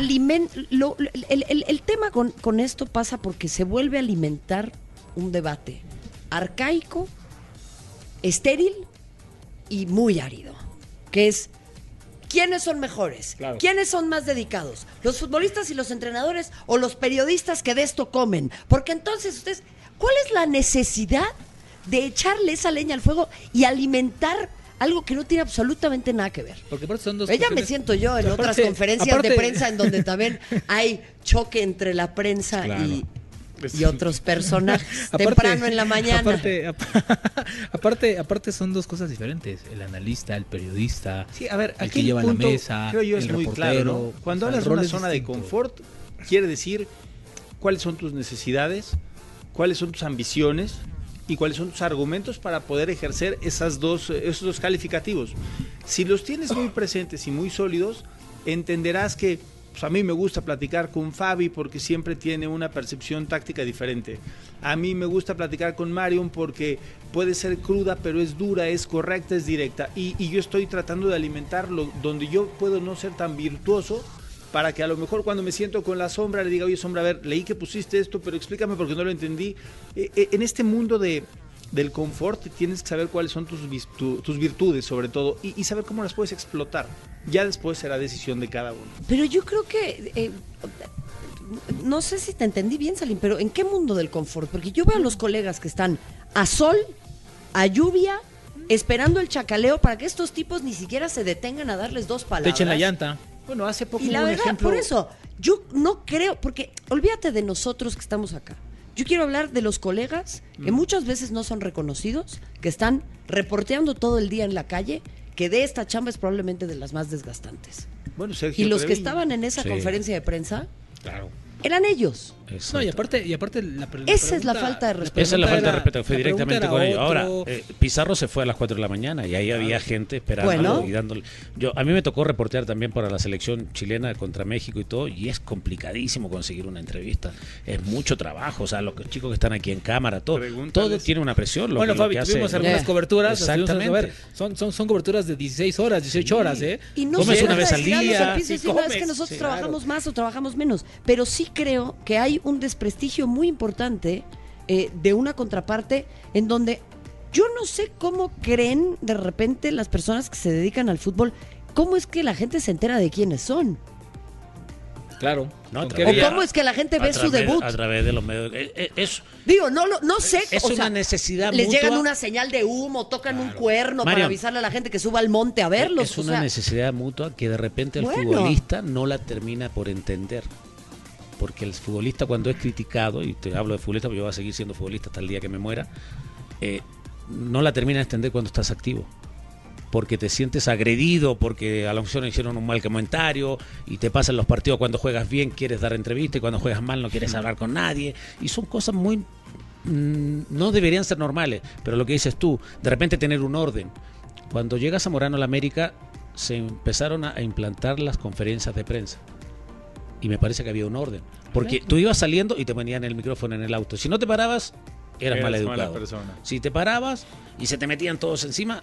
el tema con esto pasa porque se vuelve a alimentar un debate arcaico, estéril y muy árido, que es ¿quiénes son mejores? Claro. ¿Quiénes son más dedicados? ¿Los futbolistas y los entrenadores o los periodistas que de esto comen? Porque entonces ustedes, ¿cuál es la necesidad de echarle esa leña al fuego y alimentar algo que no tiene absolutamente nada que ver? Porque son dos Ella me siento yo en otras conferencias de prensa en donde también hay choque entre la prensa y otros personajes temprano en la mañana. Aparte son dos cosas diferentes. El analista, el periodista, sí, a ver, el que lleva la mesa, creo yo, el es muy reportero. Claro, ¿no? Cuando hablas de una zona de confort, quiere decir cuáles son tus necesidades, cuáles son tus ambiciones y cuáles son tus argumentos para poder ejercer esos dos calificativos. Si los tienes muy presentes y muy sólidos, entenderás que pues a mí me gusta platicar con Fabi porque siempre tiene una percepción táctica diferente. A mí me gusta platicar con Marion porque puede ser cruda, pero es dura, es correcta, es directa. Y yo estoy tratando de alimentarlo donde yo puedo no ser tan virtuoso, para que a lo mejor cuando me siento con la Sombra le diga, oye Sombra, a ver, leí que pusiste esto, pero explícame porque no lo entendí. En este mundo del confort tienes que saber cuáles son tus virtudes sobre todo y saber cómo las puedes explotar. Ya después será decisión de cada uno. Pero yo creo que no sé si te entendí bien, Salim, pero ¿en qué mundo del confort? Porque yo veo a los colegas que están a sol, a lluvia, esperando el chacaleo para que estos tipos ni siquiera se detengan a darles dos palabras. Te echen la llanta. Bueno, hace poco y la verdad, ejemplo... por eso, yo no creo, porque olvídate de nosotros que estamos acá. Yo quiero hablar de los colegas que muchas veces no son reconocidos, que están reporteando todo el día en la calle, que de esta chamba es probablemente de las más desgastantes. Bueno, Sergio y los Treviño. Que estaban en esa conferencia de prensa, claro, eran ellos. Exacto. No, y aparte esa es la falta de respeto. Esa es la falta de respeto, fue directamente con ellos. Ahora, Pizarro se fue a las 4 de la mañana y ahí había gente esperando y dándole. A mí me tocó reportear también para la selección chilena contra México y todo, y es complicadísimo conseguir una entrevista. Es mucho trabajo, o sea, los chicos que están aquí en cámara, todo tiene una presión. Bueno, Fabi, tuvimos algunas coberturas. Exactamente. Son coberturas de 16 horas, 18 horas, ¿eh? Y no comes una vez al día. Es que nosotros trabajamos más o trabajamos menos, pero sí creo que hay un desprestigio muy importante de una contraparte en donde yo no sé cómo creen de repente las personas que se dedican al fútbol, cómo es que la gente se entera de quiénes son. Claro. ¿No? ¿O cómo es que la gente ve su debut? A través de los medios. Digo, no sé. Es una necesidad les mutua. llegan una señal de humo, tocan un cuerno para avisarle a la gente que suba al monte a verlos. Es una necesidad mutua que de repente el futbolista no la termina por entender. Porque el futbolista cuando es criticado, y te hablo de futbolista porque yo voy a seguir siendo futbolista hasta el día que me muera, no la termina de entender cuando estás activo. Porque te sientes agredido, porque a lo mejor hicieron un mal comentario y te pasan los partidos cuando juegas bien, quieres dar entrevista y cuando juegas mal no quieres hablar con nadie. Y son cosas muy... no deberían ser normales, pero lo que dices tú, de repente tener un orden. Cuando llega Zamorano a la América se empezaron a implantar las conferencias de prensa y me parece que había un orden. Porque tú ibas saliendo y te ponían el micrófono en el auto. Si no te parabas, eras mal educado. Si te parabas y se te metían todos encima...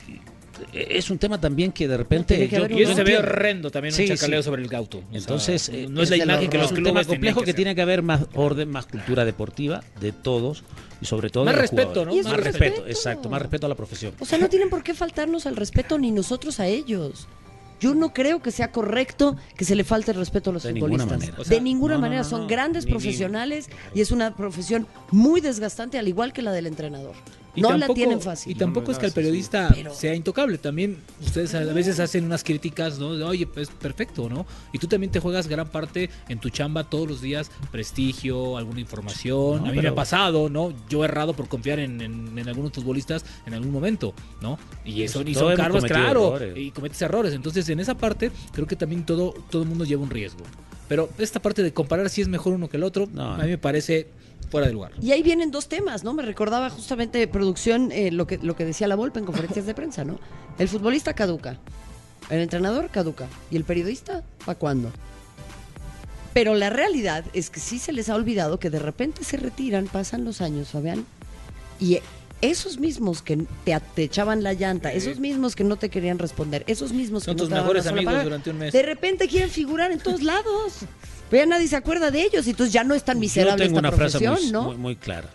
Es un tema también que de repente... Y eso se ve horrendo también, un chacaleo sobre el auto. Entonces, no es la imagen que los clubes tema complejo que tiene que haber más orden, más cultura deportiva de todos y sobre todo más de respeto, jugadores. ¿no? Más respeto, exacto, más respeto a la profesión. O sea, no tienen por qué faltarnos al respeto ni nosotros a ellos. Yo no creo que sea correcto que se le falte el respeto a los futbolistas. De ninguna manera. Son grandes profesionales y es una profesión muy desgastante, al igual que la del entrenador. La tienen fácil. Y tampoco es que el periodista sea intocable. También ustedes a veces hacen unas críticas, ¿no? De, oye, pues perfecto, ¿no? Y tú también te juegas gran parte en tu chamba todos los días, prestigio, alguna información. A mí me ha pasado, ¿no? Yo he errado por confiar en algunos futbolistas en algún momento, ¿no? Y son cargos, claro, y cometes errores. Entonces, en esa parte, creo que también todo el mundo lleva un riesgo. Pero esta parte de comparar si es mejor uno que el otro, a mí me parece fuera de lugar. Y ahí vienen dos temas, ¿no? Me recordaba justamente producción lo que decía la Volpe en conferencias de prensa, ¿no? El futbolista caduca, el entrenador caduca y el periodista, ¿para cuándo? Pero la realidad es que sí se les ha olvidado que de repente se retiran, pasan los años, Fabián, y esos mismos que te echaban la llanta, esos mismos que no te querían responder, esos mismos que son no tus te daban mejores una sola amigos palabra, durante un mes. De repente quieren figurar en todos lados. Pero ya nadie se acuerda de ellos y entonces ya no es tan miserable Yo tengo esta una profesión, frase ¿no? muy clara.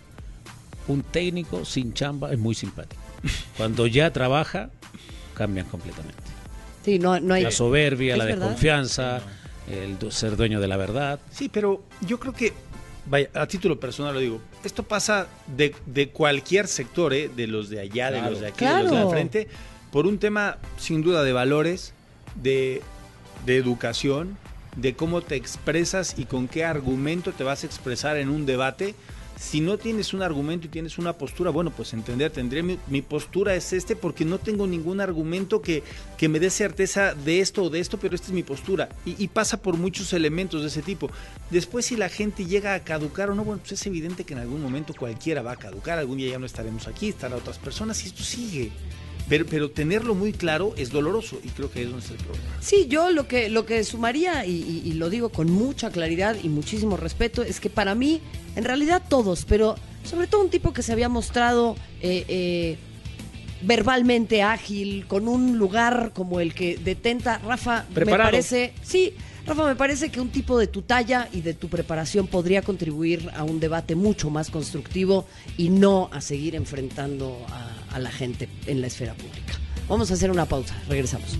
Un técnico sin chamba es muy simpático. Cuando ya trabaja, cambian completamente. Sí, no hay... La soberbia, la verdad? desconfianza, el ser dueño de la verdad. Sí, pero yo creo que, vaya, a título personal lo digo, esto pasa de cualquier sector, de los de allá, de los de aquí, de los de al frente, por un tema sin duda de valores, de educación, de cómo te expresas y con qué argumento te vas a expresar en un debate. Si no tienes un argumento y tienes una postura, bueno, pues tendré mi postura es porque no tengo ningún argumento que me dé certeza de esto o de esto, pero esta es mi postura. Y pasa por muchos elementos de ese tipo. Después, si la gente llega a caducar o no, bueno, pues es evidente que en algún momento cualquiera va a caducar, algún día ya no estaremos aquí, estarán otras personas y esto sigue. Pero tenerlo muy claro es doloroso y creo que es donde está el problema. Sí, yo lo que sumaría, y lo digo con mucha claridad y muchísimo respeto, es que para mí, en realidad todos, pero sobre todo un tipo que se había mostrado verbalmente ágil, con un lugar como el que detenta Rafa, preparado. Me parece... Sí, Rafa, me parece que un tipo de tu talla y de tu preparación podría contribuir a un debate mucho más constructivo y no a seguir enfrentando a la gente en la esfera pública. Vamos a hacer una pausa, regresamos.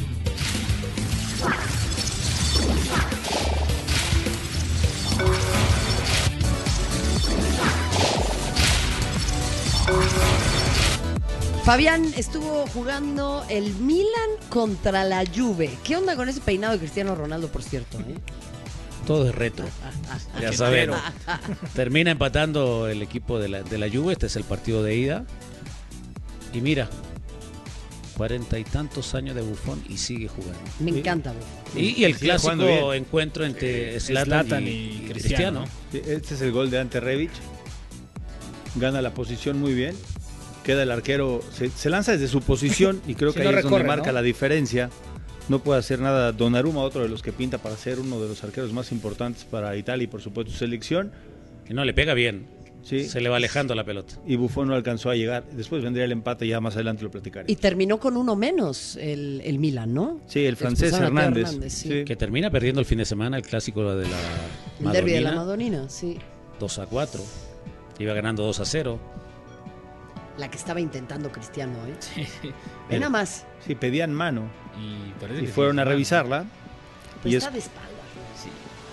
Fabián, estuvo jugando el Milan contra la Juve. ¿Qué onda con ese peinado de Cristiano Ronaldo, por cierto? Todo es retro. Ya sabemos. Termina empatando el equipo de la Juve. Este es el partido de ida. Y mira, 40 y tantos años de Buffon y sigue jugando. Me encanta Buffon. Y el clásico encuentro entre Zlatan y Cristiano. Este es el gol de Ante Rebic. Gana la posición muy bien. Queda el arquero, se lanza desde su posición y creo que ahí es donde marca la diferencia. No puede hacer nada Donnarumma, otro de los que pinta para ser uno de los arqueros más importantes para Italia y por supuesto su selección. Y no le pega bien. Sí. Se le va alejando la pelota. Y Buffon no alcanzó a llegar. Después vendría el empate, ya más adelante lo platicaré. Y terminó con uno menos el Milan, ¿no? Sí, el francés Hernández. Sí. Que termina perdiendo el fin de semana el clásico de la Madonina. El derbi de la Madonina, sí. 2-4. Iba ganando 2-0. La que estaba intentando Cristiano, ¿eh? Sí. Nada más. Sí, pedían mano. Y fueron a revisarla. Pues está de espalda.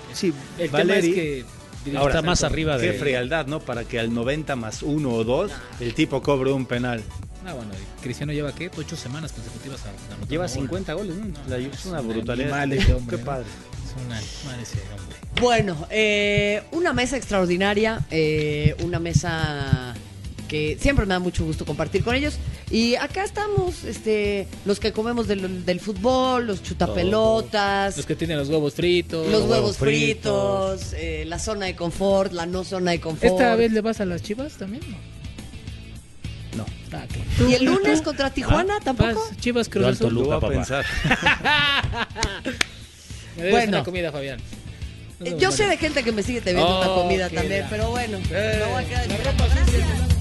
Sí, El Valeri, tema es que ahora está más arriba de... Qué frialdad, ¿no? Para que al 90 más 1 o 2 el tipo cobre un penal. Bueno, Cristiano lleva, ¿qué? 8 semanas consecutivas a anotar Lleva un gol. 50 goles, ¿no? Es una brutalidad. Animal ese hombre, Qué ¿no? padre. Es un animal ese hombre. Bueno, una mesa extraordinaria, una mesa que siempre me da mucho gusto compartir con ellos. Y acá estamos, los que comemos del fútbol, los chutapelotas, Los que tienen los huevos fritos. los huevos fritos, la zona de confort, la no zona de confort. ¿Esta vez le vas a las Chivas también? No. ¿Y el lunes contra Tijuana tampoco? Chivas Cruz Yo al Azul. Toluca, Lo voy a papá. pensar. Me debes Bueno. una comida, Fabián. Yo sé de gente que me sigue teniendo una comida qué también, la- pero bueno, me voy a quedar la ropa sucia.